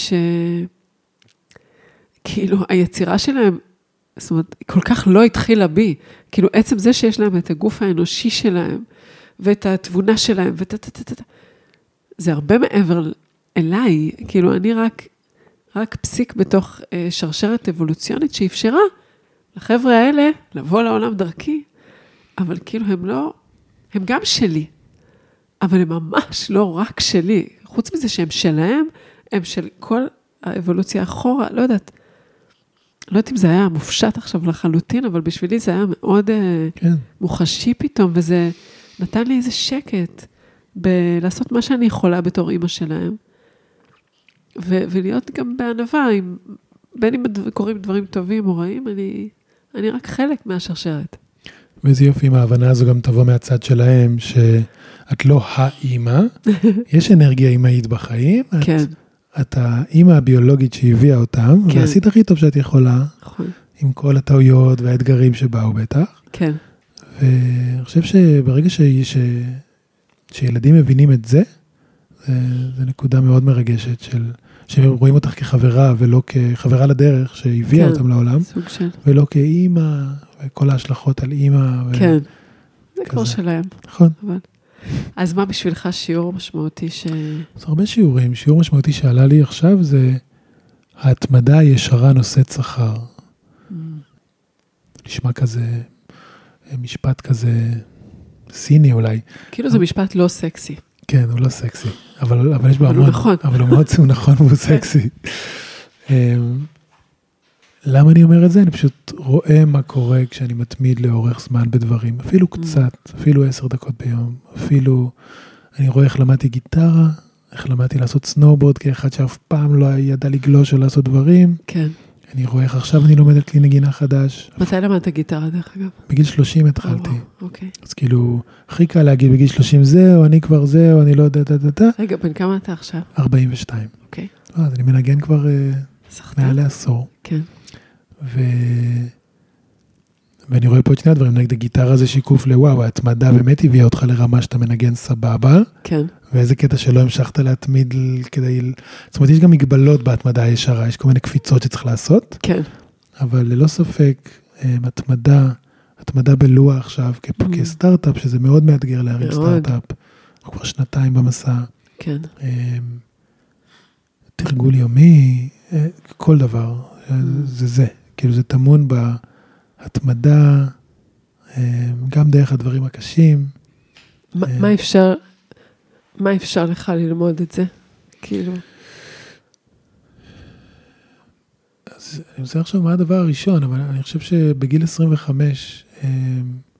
כאילו היצירה שלהם, זאת אומרת, כל כך לא התחילה בי, כאילו עצם זה שיש להם את הגוף האנושי שלהם, ואת התבונה שלהם, זה הרבה מעבר אליי, כאילו אני רק פסיק בתוך שרשרת אבולוציונית שאפשרה לחבר'ה האלה לבוא לעולם דרכי, אבל כאילו הם גם שלי, אבל הם ממש לא רק שלי, חוץ מזה שהם שלהם, הם של כל האבולוציה אחורה, לא יודעת אם זה היה מופשט עכשיו לחלוטין, אבל בשבילי זה היה מאוד מוחשי פתאום, וזה נתן לי איזה שקט, בלעשות מה שאני יכולה בתור אמא שלהם, ולהיות גם בענווה, בין אם קוראים דברים טובים או רעים, אני רק חלק מהשרשרת. ואיזה יופי, עם ההבנה הזו גם תבוא מהצד שלהם, שאת לא האמא, יש אנרגיה אמאית בחיים, כן. את האמא הביולוגית שהביאה אותם, כן. ועשית הכי טוב שאת יכולה, נכון. עם כל הטעויות והאתגרים שבאו בטח. כן. ואני חושב שברגע שילדים מבינים את זה, זה נקודה מאוד מרגשת, שהם רואים אותך כחברה, ולא כחברה לדרך שהביאה אותם לעולם, ולא כאימא, וכל ההשלכות על אימא. כן, זה כבר שלהם. נכון. אז מה בשבילך שיעור משמעותי זה הרבה שיעורים. שיעור משמעותי שעלה לי עכשיו, זה ההתמדה הישרה נושאת שכר. נשמע כזה, משפט כזה סיני אולי. כאילו זה משפט לא סקסי. כן, הוא לא סקסי, אבל יש בו המון, אבל הוא מאוד נכון והוא סקסי. למה אני אומר את זה? אני פשוט רואה מה קורה כשאני מתמיד לאורך זמן בדברים, אפילו קצת, אפילו 10 דקות ביום, אפילו אני רואה איך למדתי גיטרה, איך למדתי לעשות סנובורד, כאחד שאף פעם לא ידע לגלוש או לעשות דברים. כן. אני רואה איך עכשיו אני לומד על כלי נגינה חדש. מתי למדת גיטרה דרך אגב? בגיל 30 התחלתי. אוקיי. אז כאילו, הכי קל להגיד בגיל 30 זהו, אני כבר זהו, אני לא יודע, רגע, בן כמה אתה עכשיו? 42. אוקיי. אז אני מנגן כבר מעל לעשור. כן. ואני רואה פה את שני הדברים, נגד הגיטרה זה שיקוף לוואו, ההתמדה באמת הביאה אותך לרמה שאתה מנגן סבבה. כן. ואיזה קטע שלא המשכת להתמיד כדי... זאת אומרת, יש גם מגבלות בהתמדה הישרה, יש כל מיני קפיצות שצריך לעשות. כן. אבל ללא ספק, התמדה בלוח עכשיו, כסטארט-אפ, שזה מאוד מאתגר להרים סטארט-אפ. אנחנו כבר 2 במסע. כן. תרגול יומי, כל דבר. זה. כאילו זה תמון בהתמדה, גם דרך הדברים הקשים. מה אפשר לך ללמוד את זה? כאילו... אז אני רוצה עכשיו מה הדבר הראשון, אבל אני חושב שבגיל 25, אני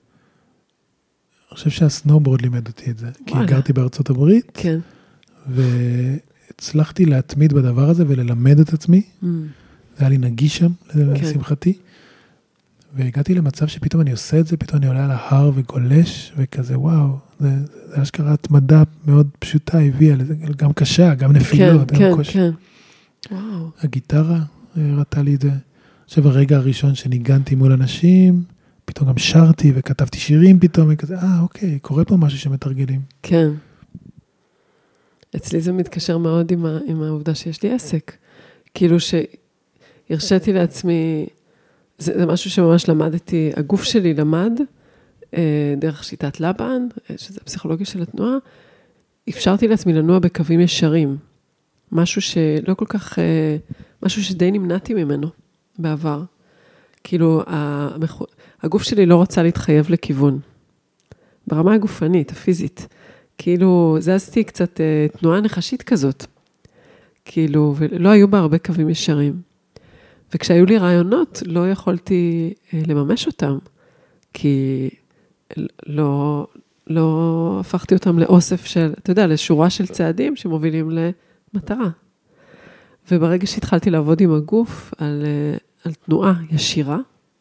חושב שהסנובורד לימד אותי את זה. כי גרתי בארצות הברית, כן. והצלחתי להתמיד בדבר הזה וללמד את עצמי. זה היה לי נגיש שם, לשמחתי. והגעתי למצב שפתאום אני עושה את זה, פתאום אני עולה על ההר וגולש, וכזה וואו, זה אשכרה התמדה מאוד פשוטה, הביאה לזה, גם קשה, גם נפילות, גם קושי. כן, כן. וואו. הגיטרה הראתה לי את זה. עכשיו הרגע הראשון שניגנתי מול אנשים, פתאום גם שרתי וכתבתי שירים פתאום, וכזה, אוקיי, קורה פה משהו שמתרגלים. כן. אצלי זה מתקשר מאוד עם העובדה שיש לי עסק. כאילו שהרשיתי לעצמי, זה משהו שממש למדתי, הגוף שלי למד, דרך שיטת לבן, שזה הפסיכולוגיה של התנועה, אפשרתי לעצמי לנוע בקווים ישרים. משהו שלא כל כך, משהו שדי נמנעתי ממנו בעבר. כאילו, הגוף שלי לא רצה להתחייב לכיוון. ברמה הגופנית, הפיזית. כאילו, זזתי קצת תנועה נחשית כזאת. כאילו, ולא היו בה הרבה קווים ישרים. וכשהיו לי רעיונות, לא יכולתי לממש אותם. כי לא הפכתי אותם לאוסף של, אתה יודע, לשורה של צעדים שמובילים למטרה. וברגע שהתחלתי לעבוד עם הגוף על תנועה ישירה,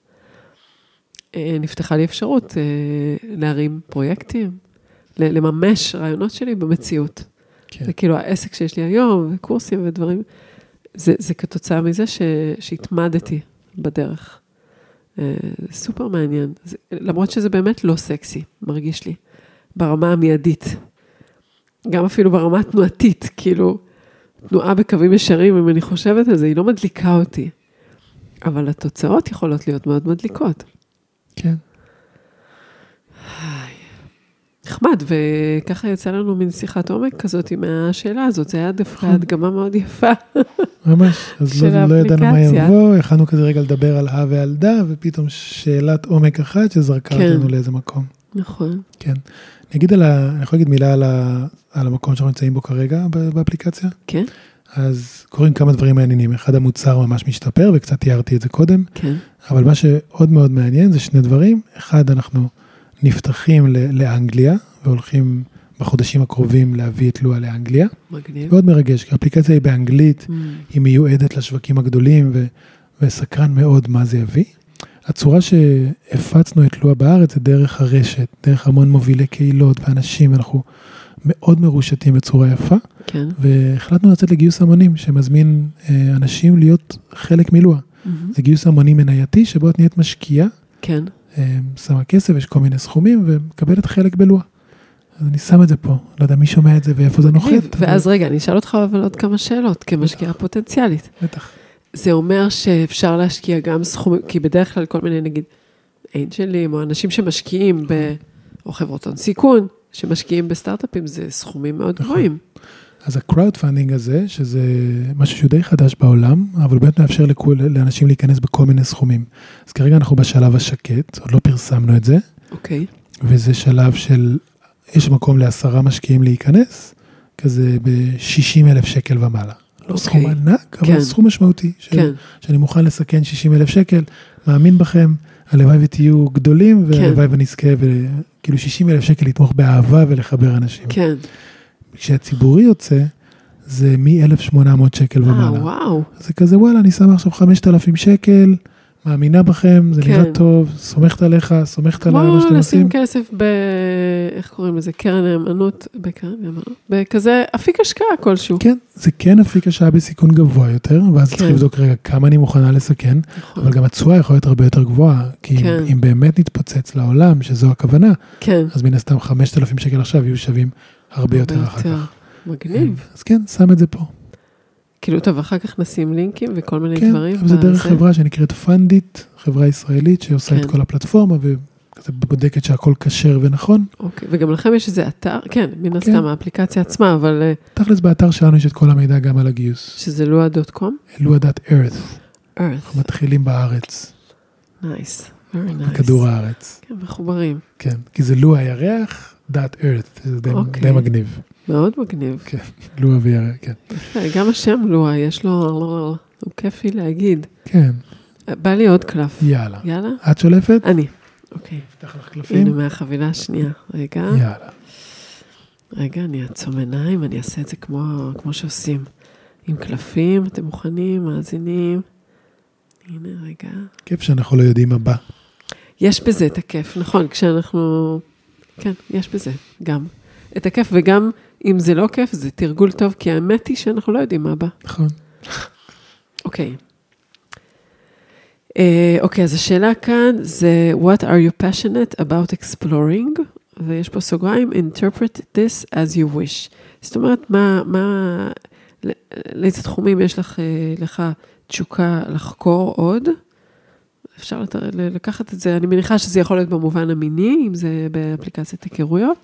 נפתחה לי אפשרות להרים פרויקטים, לממש רעיונות שלי במציאות. כן. זה כאילו העסק שיש לי היום, וקורסים ודברים, זה כתוצאה מזה שהתמדתי בדרך. סופר מעניין. למרות שזה באמת לא סקסי, מרגיש לי, ברמה המיידית. גם אפילו ברמה התנועתית, כאילו, תנועה בקווים ישרים, אם אני חושבת על זה, היא לא מדליקה אותי. אבל התוצאות יכולות להיות מאוד מדליקות. כן. נחמד, וככה יצא לנו מן שיחת עומק כזאת עם השאלה הזאת, זה היה דווקא הדגמה מאוד יפה. ממש, אז לא ידענו מה יבוא, יכלנו כזה רגע לדבר על ועל ופתאום שאלת עומק אחת שזרקה אותנו לאיזה מקום. נכון. כן. אני יכול להגיד מילה על המקום שאנחנו נמצאים בו כרגע באפליקציה? כן. אז קוראים כמה דברים מעניינים. אחד, המוצר ממש משתפר, וקצת תיארתי את זה קודם. כן. אבל מה שעוד מאוד מעניין זה 2 דברים. אחד, אנחנו נפתחים לאנגליה, והולכים בחודשים הקרובים להביא את לואה לאנגליה. מגניב. מאוד מרגש, כי האפליקציה היא באנגלית, היא מיועדת לשווקים הגדולים, וסקרן מאוד מה זה יביא. הצורה שהפצנו את לואה בארץ זה דרך הרשת, דרך המון מובילי קהילות ואנשים, אנחנו מאוד מרושתים בצורה יפה, כן. והחלטנו לצאת לגיוס המונים, שמזמין אנשים להיות חלק מלואה. זה גיוס המונים מנייתי, שבו את נהיית משקיעה, כן. שמה כסף, יש כל מיני סכומים, ומקבלת חלק בלואה. אז אני שם את זה פה, לא יודע מי שומע את זה ואיפה זה נוחת. ואז רגע, אני אשאל אותך אבל עוד כמה שאלות, כמשקיעה פוטנציאלית. בטח. זה אומר שאפשר להשקיע גם סכומים, כי בדרך כלל כל מיני, נגיד, אנג'לים, או אנשים שמשקיעים, או חברות הון סיכון, שמשקיעים בסטארט-אפים, זה סכומים מאוד גבוהים. אז הקראוד פנדינג הזה, שזה משהו שהוא די חדש בעולם, אבל באמת מאפשר לאנשים להיכנס בכל מיני סכומים. אז כרגע אנחנו בשלב השקט, עוד לא פרסמנו את זה. אוקיי. וזה שלב של, יש מקום ל10 משקיעים להיכנס, כזה ב-60,000 שקל ומעלה. לא סכום ענק, אבל סכום משמעותי, שאני מוכן לסכן 60,000 שקל, מאמין בכם, הלוואי ותהיו גדולים, והלוואי ונזכה, וכאילו 60,000 שקל לתמוך באהבה ולחבר אנשים. כן. כשהציבורי יוצא, זה מ-1,800 שקל ומעלה. וואו. זה כזה, וואלה, אני שם עכשיו 5,000 שקל, מאמינה בכם, זה נראה טוב, סומכת עליך, סומכת על מה שאתם עושים. כמו לשים כסף איך קוראים לזה? קרן נאמנות, בכזה אפיק השקעה כלשהו. כן, זה כן אפיק השקעה בסיכון גבוה יותר, ואז צריך לבדוק רגע כמה אני מוכנה לסכן, אבל גם התשואה יכולה להיות הרבה יותר גבוהה, כי אם באמת נתפוצץ לעולם, שזו הכוונה, אז מן הסתם 5,000 שקל עכשיו יהיו שווים הרבה יותר אחר כך. מגניב. אז כן, שם את זה פה. כאילו טוב, אחר כך נשים לינקים וכל מיני דברים. כן, זה דרך חברה שנקראת פנדיט, חברה ישראלית שעושה את כל הפלטפורמה, וכזה בודקת שהכל כשר ונכון. אוקיי, וגם לכם יש איזה אתר, כן, מן הסתם האפליקציה עצמה, אבל... תכלס באתר שלנו יש את כל המידע גם על הגיוס. שזה lua.com? lua.earth. מתחילים בארץ. Nice, very nice. בכדור הארץ. כן, מחוברים. כן, כי זה לוע ירח, .earth, זה די מגניב. מאוד מגניב. כן, לוע וירח, כן. גם השם לוע, יש לו, הוא כיפי להגיד. כן. בא לי עוד קלף. יאללה. יאללה? את שולפת? אני. אוקיי. נפתח לך קלפים. הנה מהחבילה השנייה. רגע. יאללה. רגע, אני אעצום עיניים, אני אעשה את זה כמו שעושים. עם קלפים, אתם מוכנים, מאזינים. הנה, רגע. כיף שאנחנו לא יודעים מה בא. יש בזה את הכיף, נכון, כשאנחנו... כן, יש בזה גם. את הכיף, וגם אם זה לא כיף, זה תרגול טוב, כי האמת היא שאנחנו לא יודעים מה בא. נכון. אוקיי. אוקיי, אז השאלה כאן זה, what are you passionate about exploring? ויש פה סוגריים, interpret this as you wish. זאת אומרת, לאיזה תחומים יש לך תשוקה לחקור עוד? אפשר לקחת את זה, אני מניחה שזה יכול להיות במובן המיני, אם זה באפליקציית היכרויות.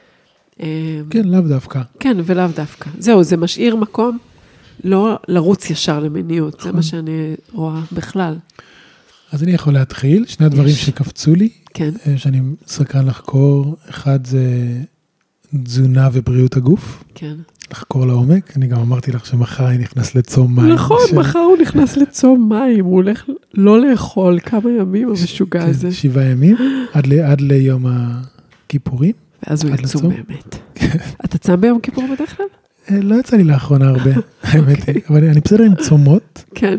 כן, לאו דווקא. כן, ולאו דווקא. זהו, זה משאיר מקום, לא לרוץ ישר למיניות, זה מה שאני רואה בכלל. אז אני יכול להתחיל, שני הדברים שקפצו לי, שאני סקרן לחקור, אחד זה תזונה ובריאות הגוף. כן. לחקור לעומק, אני גם אמרתי לך שמחר אני נכנס לצום מים. נכון, מחר הוא נכנס לצום מים, הוא הולך לא לאכול כמה ימים, המשוגע הזה. 7 ימים, עד ליום הכיפורים. ואז הוא יצום באמת. אתה צם ביום כיפור בדרך כלל? לא יצא לי לאחרונה הרבה, האמת היא, אבל אני בסדר עם צומות. כן.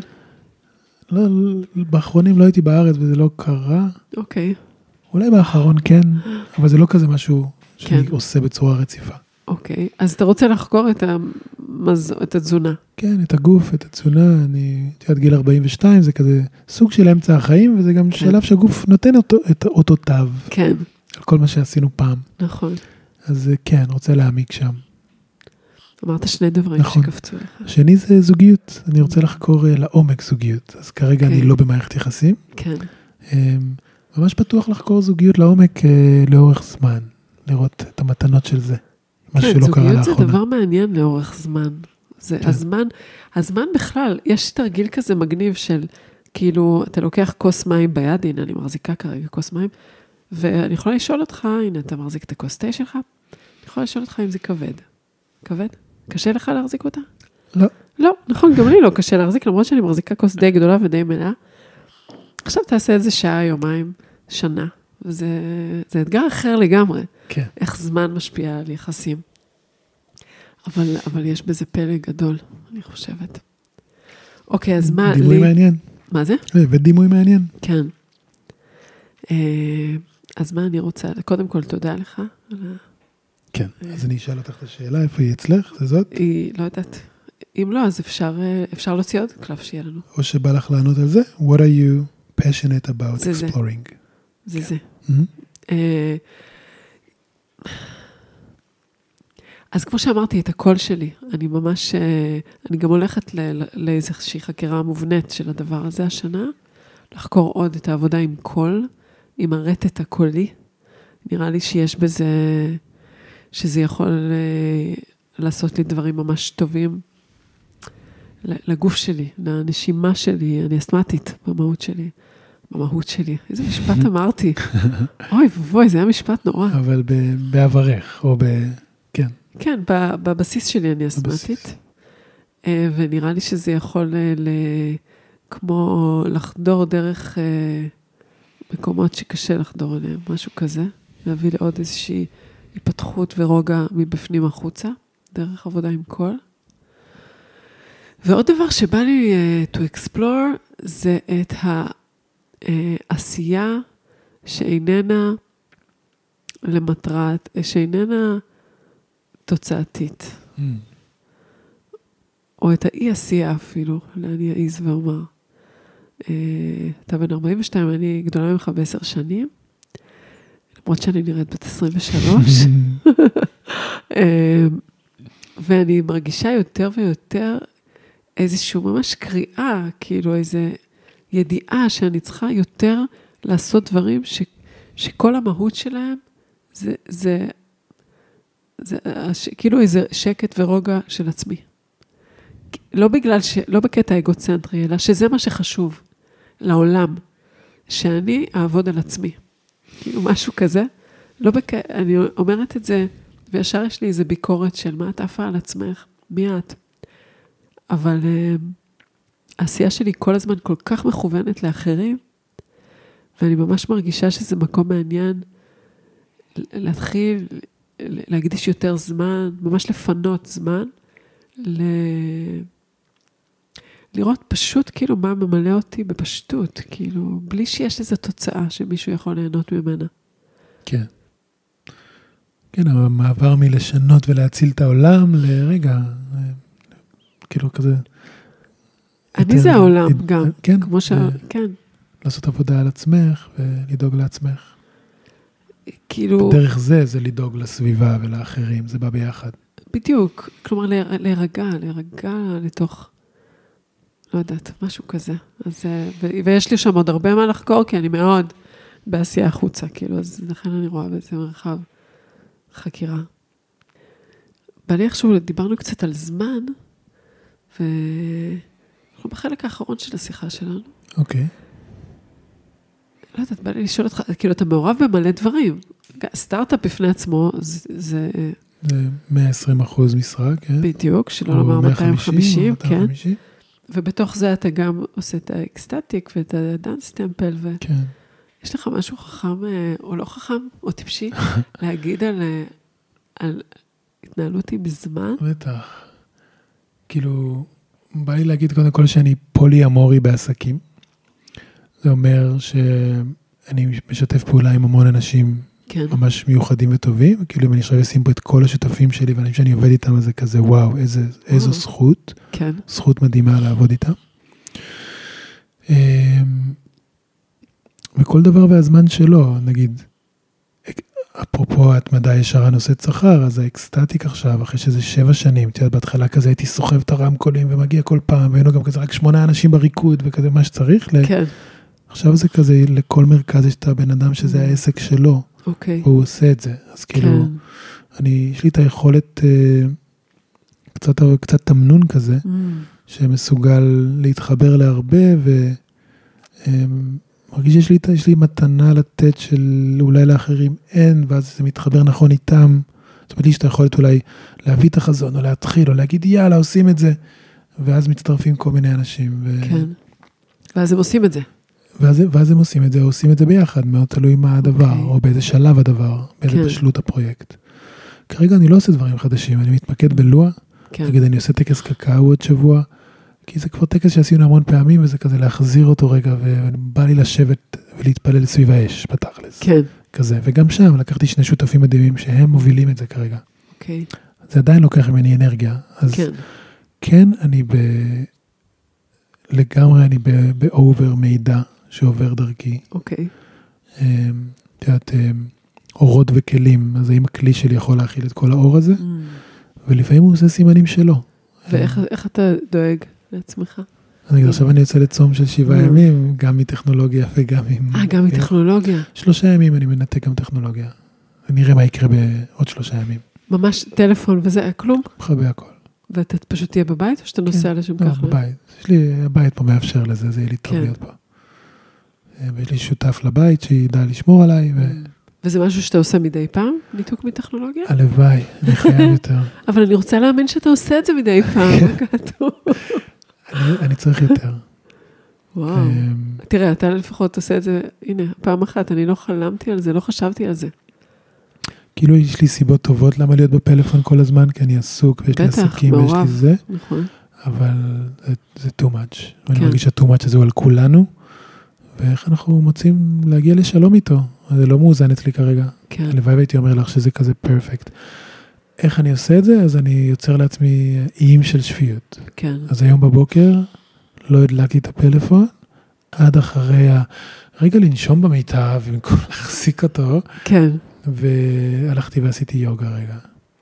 באחרונים לא הייתי בארץ וזה לא קרה. אוקיי. אולי באחרון כן, אבל זה לא כזה משהו שאני עושה בצורה רציפה. אוקיי, אז אתה רוצה לחקור את התזונה. כן, את הגוף, את התזונה, אני עד גיל 42, זה כזה סוג של אמצע החיים, וזה גם שלב שהגוף נותן את אותותיו. כן. על כל מה שעשינו פעם. נכון. אז כן, רוצה להעמיק שם. אמרת שני דברים שקפצו לך. השני זה זוגיות, אני רוצה לחקור לעומק זוגיות, אז כרגע אני לא במערכת יחסים. כן. ממש פתוח לחקור זוגיות לעומק לאורך זמן, לראות את המתנות של זה. כן, זוגיות זה דבר מעניין לאורך זמן. הזמן בכלל, יש תרגיל כזה מגניב של, כאילו, אתה לוקח כוס מים ביד, הנה אני מחזיקה כרגע כוס מים, ואני יכולה לשאול אותך, הנה אתה מחזיק את הכוס תה שלך, אני יכולה לשאול אותך אם זה כבד. כבד? קשה לך להחזיק אותה? לא. לא, נכון, גם לי לא קשה להחזיק, למרות שאני מחזיקה כוס די גדולה ודי מלאה. עכשיו תעשה איזה שעה, יומיים, שנה, וזה אתגר אחר לגמרי. כן. איך זמן משפיע על יחסים. אבל יש בזה פלא גדול, אני חושבת. אוקיי, אז מה... דימוי מעניין. מה זה? ודימוי מעניין. כן. אז מה אני רוצה? קודם כל, תודה לך. כן, אז אני אשאל אותך את השאלה, איפה היא אצלך? זה זאת? היא לא יודעת. אם לא, אז אפשר להוציא עוד קלף שיהיה לנו. או שבא לך לענות על זה? What are you passionate about exploring? זה. אז כמו שאמרתי, את הקול שלי, אני גם הולכת לאיזושהי חקירה מובנית של הדבר הזה השנה, לחקור עוד את העבודה עם קול, עם הרטט הקולי. נראה לי שיש בזה, שזה יכול לעשות לי דברים ממש טובים לגוף שלי, לנשימה שלי, אני אסתמטית במהות שלי. איזה משפט אמרתי. אוי ובוי, זה היה משפט נורא. אבל בעברך, או כן. כן, בבסיס שלי אני אסתמטית. ונראה לי שזה יכול כמו לחדור דרך מקומות שקשה לחדור אליהם, משהו כזה. להביא לעוד איזושהי התפתחות ורוגע מבפנים החוצה, דרך עבודה עם קול. ועוד דבר שבא לי to explore, זה את העשייה שאיננה למטרת, שאיננה תוצאתית. או את האי עשייה אפילו, אני אעיז ואומר. אתה בן 42, אני גדולה ממך ב10 שנים, למרות שאני נראית בת 23, ואני מרגישה יותר ויותר איזשהו ממש קריאה, כאילו איזו ידיעה שאני צריכה יותר לעשות דברים שכל המהות שלהם זה כאילו איזה שקט ורוגע של עצמי. לא בקטע אגוצנטרי, אלא שזה מה שחשוב לעולם, שאני אעבוד על עצמי. כאילו משהו כזה, אני אומרת את זה, וישר יש לי איזו ביקורת של מה את עפה על עצמך, מי את? אבל העשייה שלי כל הזמן כל כך מכוונת לאחרים, ואני ממש מרגישה שזה מקום מעניין, להתחיל להקדיש יותר זמן, ממש לפנות זמן, לראות פשוט כאילו מה ממלא אותי בפשטות, כאילו בלי שיש איזו תוצאה שמישהו יכול ליהנות ממנה. כן. כן, המעבר מלשנות ולהציל את העולם לרגע, כאילו כזה. אני זה העולם גם. כן. כמו כן. לעשות עבודה על עצמך ולדאוג לעצמך. כאילו. בדרך זה לדאוג לסביבה ולאחרים, זה בא ביחד. בדיוק, כלומר להירגע לתוך, לא יודעת, משהו כזה. אז, ויש לי שם עוד הרבה מה לחקור, כי אני מאוד בעשייה החוצה, כאילו, אז לכן אני רואה בזה מרחב חקירה. בלי איכשהו דיברנו קצת על זמן, ואנחנו בחלק האחרון של השיחה שלנו. אוקיי. לא יודעת, בא לי לשאול אותך, כאילו, אתה מעורב במלא דברים. סטארט-אפ בפני עצמו, זה 120% משרה, כן. בדיוק, שלא לומר 250, כן. ובתוך זה אתה גם עושה את האקסטטיק ואת הדאנס טמפל, כן. יש לך משהו חכם, או לא חכם, או טיפשי, להגיד על התנהלות עם זמן? בטח. כאילו, בא לי להגיד קודם כל שאני פולי אמורי בעסקים. זה אומר שאני משתף פעולה עם המון אנשים כן. ממש מיוחדים וטובים, כאילו אם אני עכשיו אשים פה את כל השותפים שלי, ואנשים שאני עובד איתם, אז זה כזה וואו, איזו זכות, כן. זכות מדהימה לעבוד איתם. וכל דבר והזמן שלו, נגיד, אפרופו התמדה ישרה נושאת שכר, אז האקסטטיק עכשיו, אחרי שזה 7 שנים, תראה, בהתחלה כזה הייתי סוחב את הרמקולים, ומגיע כל פעם, והיינו גם כזה רק 8 אנשים בריקוד, וכזה מה שצריך. כן. עכשיו זה כזה, לכל מרכז יש את הבן אדם שזה העסק שלו. אוקיי. והוא עושה את זה. אז כאילו, יש לי את היכולת, קצת תמנון כזה, שמסוגל להתחבר להרבה, מרגיש שיש לי מתנה לתת של אולי לאחרים אין, ואז זה מתחבר נכון איתם. זאת אומרת לי שאתה יכולת אולי להביא את החזון, או להתחיל, או להגיד יאללה, עושים את זה, ואז מצטרפים כל מיני אנשים. כן. ואז הם עושים את זה. ואז הם עושים את זה, או עושים את זה ביחד, מאוד תלוי מה הדבר, או באיזה שלב הדבר, באיזה בשלות הפרויקט. כרגע אני לא עושה דברים חדשים, אני מתמקד בלוע, נגיד אני עושה טקס קקאו עוד שבוע, כי זה כבר טקס שעשינו המון פעמים, וזה כזה להחזיר אותו רגע, ובא לי לשבת ולהתפלל סביב האש, בתכלס. כן. כזה, וגם שם לקחתי 2 שותפים מדהימים, שהם מובילים את זה כרגע. אוקיי. זה עדיין לוקח ממני אנרגיה. אז כן, לגמרי אני באובר מידע שעובר דרכי. אוקיי. תיאת, אורות וכלים, אז האם הכלי שלי יכול להכיל את כל האור הזה, ולפעמים הוא עושה סימנים שלו. ואיך אתה דואג לעצמך? עכשיו אני יוצא לצום של 7 ימים, גם מטכנולוגיה וגם עם... גם מטכנולוגיה. 3 ימים אני מנתק גם טכנולוגיה. נראה מה יקרה בעוד 3 ימים. ממש טלפון וזה, כלום? מחבא הכל. ואתה פשוט תהיה בבית או שאתה נוסע לשם ככה? לא, בבית. יש לי, הבית פה מאפשר לזה, זה יהיה לי טוב להיות פה. ויש לי שותף לבית שידע לשמור עליי. וזה משהו שאתה עושה מדי פעם? ניתוק מטכנולוגיה? הלוואי, אני חייב יותר. אבל אני רוצה להאמין שאתה עושה את זה מדי פעם. אני צריך יותר. וואו. תראה, אתה לפחות עושה את זה, הנה, פעם אחת, אני לא חלמתי על זה, לא חשבתי על זה. כאילו יש לי סיבות טובות למה להיות בפלאפון כל הזמן, כי אני עסוק, ויש לי עסקים, ויש לי זה. נכון. אבל זה too much. ואני מרגיש שה-too much הזה הוא על כולנו, ואיך אנחנו מוצאים להגיע לשלום איתו. זה לא מאוזן אצלי כרגע. הלוואי והייתי אומר לך שזה כזה פרפקט. איך אני עושה את זה? אז אני יוצר לעצמי איים של שפיות. כן. אז היום בבוקר לא הדלקתי את הפלאפון, עד אחרי רגע לנשום במיטה, ובמקום להחזיק אותו, כן. והלכתי ועשיתי יוגה רגע.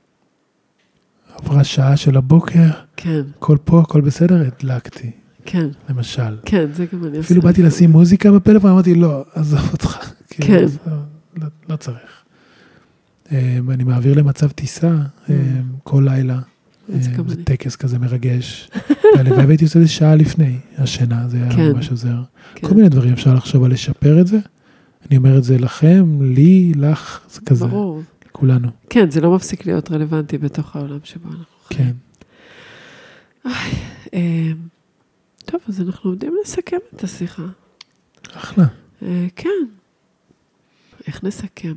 עברה שעה של הבוקר, כן. כל פה, הכל בסדר, הדלקתי. כן. למשל. כן, זה גם אני עושה. אפילו באתי לשים מוזיקה בפלאפון, אמרתי, לא, עזוב אותך. כן. לא צריך. אני מעביר למצב טיסה, כל לילה. זה טקס כזה מרגש. והלוואי והייתי עושה את זה שעה לפני השינה, זה היה ממש עוזר. כל מיני דברים אפשר לחשוב על לשפר את זה. אני אומר את זה לכם, לי, לך, זה כזה. ברור. כולנו. כן, זה לא מפסיק להיות רלוונטי בתוך העולם שבו אנחנו חיים. כן. טוב, אז אנחנו עומדים לסכם את השיחה. אחלה. כן. איך נסכם?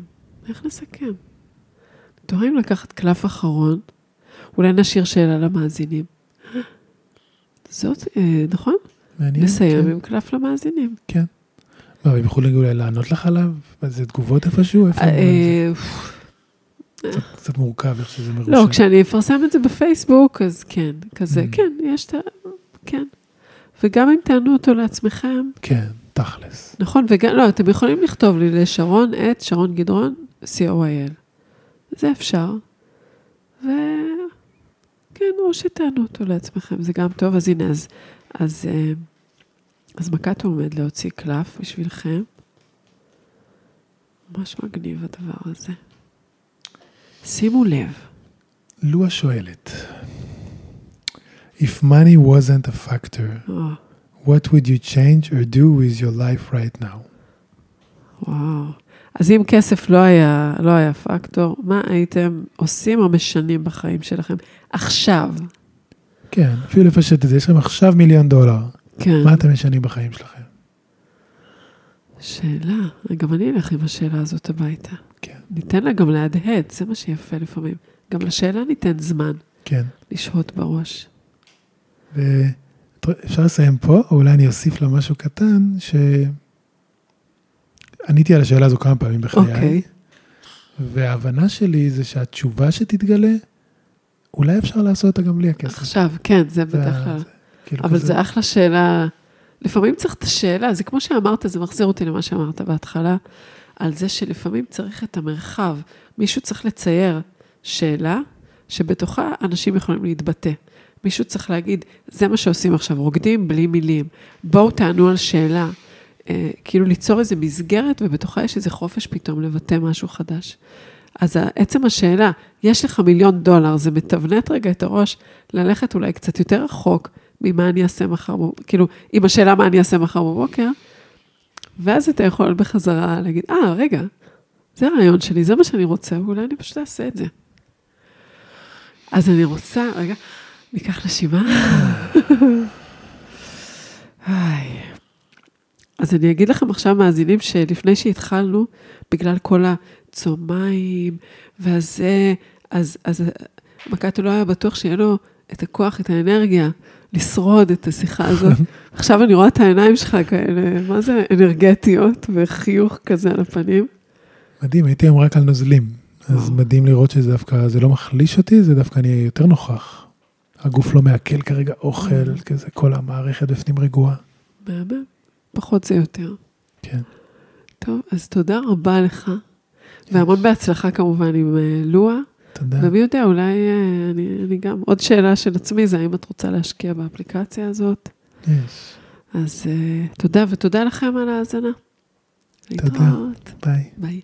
תוהים לקחת קלף אחרון, אולי נשאיר שאלה למאזינים. זאת, נכון? מעניין. נסיים עם קלף למאזינים. כן. מה, הם יכולים אולי לענות לך עליו? זה תגובות איפשהו? קצת מורכב איך שזה מרושם. לא, כשאני אפרסם את זה בפייסבוק, אז כן, כזה, כן, יש כן. וגם אם תענו אותו לעצמכם. כן, תכלס. נכון, וגם, לא, אתם יכולים לכתוב לי לשרון את שרון גדרון, COIL. זה אפשר. וכן, או שתענו אותו לעצמכם, זה גם טוב, אז הנה, אז מקאטו עומד להוציא קלף בשבילכם. ממש מגניב הדבר הזה. שימו לב. לואה שואלת, If money wasn't a factor, what would you change or do with your life right now? וואו. אז אם כסף לא היה פקטור, מה הייתם עושים או משנים בחיים שלכם? עכשיו. כן, אפילו לפשט את זה, יש לכם עכשיו $1,000,000. כן. מה אתם משנים בחיים שלכם? שאלה, גם אני אלך עם השאלה הזאת הביתה. כן. ניתן לה גם להדהד, זה מה שיפה לפעמים. גם לשאלה ניתן זמן. כן. לשהות בראש. אפשר לסיים פה, או אולי אני אוסיף לה משהו קטן, עניתי על השאלה הזו כמה פעמים בחיי. אוקיי. וההבנה שלי זה שהתשובה שתתגלה, אולי אפשר לעשות אותה גם בלי הכסף. עכשיו, כן, זה בדרך כלל. אבל זה אחלה שאלה. לפעמים צריך את השאלה, זה כמו שאמרת, זה מחזיר אותי למה שאמרת בהתחלה, על זה שלפעמים צריך את המרחב. מישהו צריך לצייר שאלה, שבתוכה אנשים יכולים להתבטא. מישהו צריך להגיד, זה מה שעושים עכשיו, רוקדים בלי מילים. בואו תענו על שאלה. כאילו ליצור איזו מסגרת, ובתוכה יש איזה חופש פתאום לבטא משהו חדש. אז עצם השאלה, יש לך $1,000,000, זה מתבנת רגע את הראש, ללכת אולי קצת יותר רחוק, ממה אני אעשה מחר בבוקר, כאילו, עם השאלה מה אני אעשה מחר בבוקר, ואז אתה יכול בחזרה להגיד, רגע, זה הרעיון שלי, זה מה שאני רוצה, ואולי אני פשוט אעשה את זה. אז אני רוצה, רגע, ניקח נשימה. אז אני אגיד לכם עכשיו מאזינים שלפני שהתחלנו, בגלל כל הצומיים, והזה, אז מקאטו לא היה בטוח שיהיה לו את הכוח, את האנרגיה, לשרוד את השיחה הזאת. עכשיו אני רואה את העיניים שלך כאלה, מה זה אנרגטיות וחיוך כזה על הפנים. מדהים, הייתי היום רק על נוזלים. אז מדהים לראות שזה דווקא, זה לא מחליש אותי, זה דווקא אני יותר נוכח. הגוף לא מעכל כרגע אוכל, כזה כל המערכת בפנים רגועה. באמת, פחות זה יותר. כן. טוב, אז תודה רבה לך, והמון בהצלחה כמובן עם לואה. תודה. ומי יודע, אולי אני גם, עוד שאלה של עצמי, זה האם את רוצה להשקיע באפליקציה הזאת? יש. אז תודה, ותודה לכם על ההאזנה. תודה. ביי. ביי.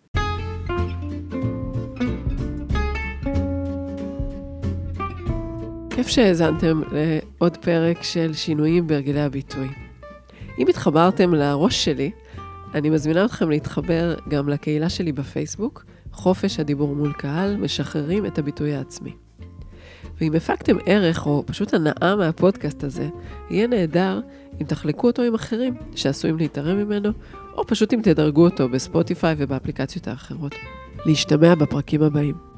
כיף שהאזנתם לעוד פרק של שינויים בהרגלי הביטוי. אם התחברתם לראש שלי, אני מזמינה אתכם להתחבר גם לקהילה שלי בפייסבוק, חופש הדיבור מול קהל, משחררים את הביטוי העצמי. ואם הפקתם ערך או פשוט הנאה מהפודקאסט הזה, יהיה נהדר אם תחלקו אותו עם אחרים שעשויים להתערם ממנו, או פשוט אם תדרגו אותו בספוטיפיי ובאפליקציות האחרות. להשתמע בפרקים הבאים.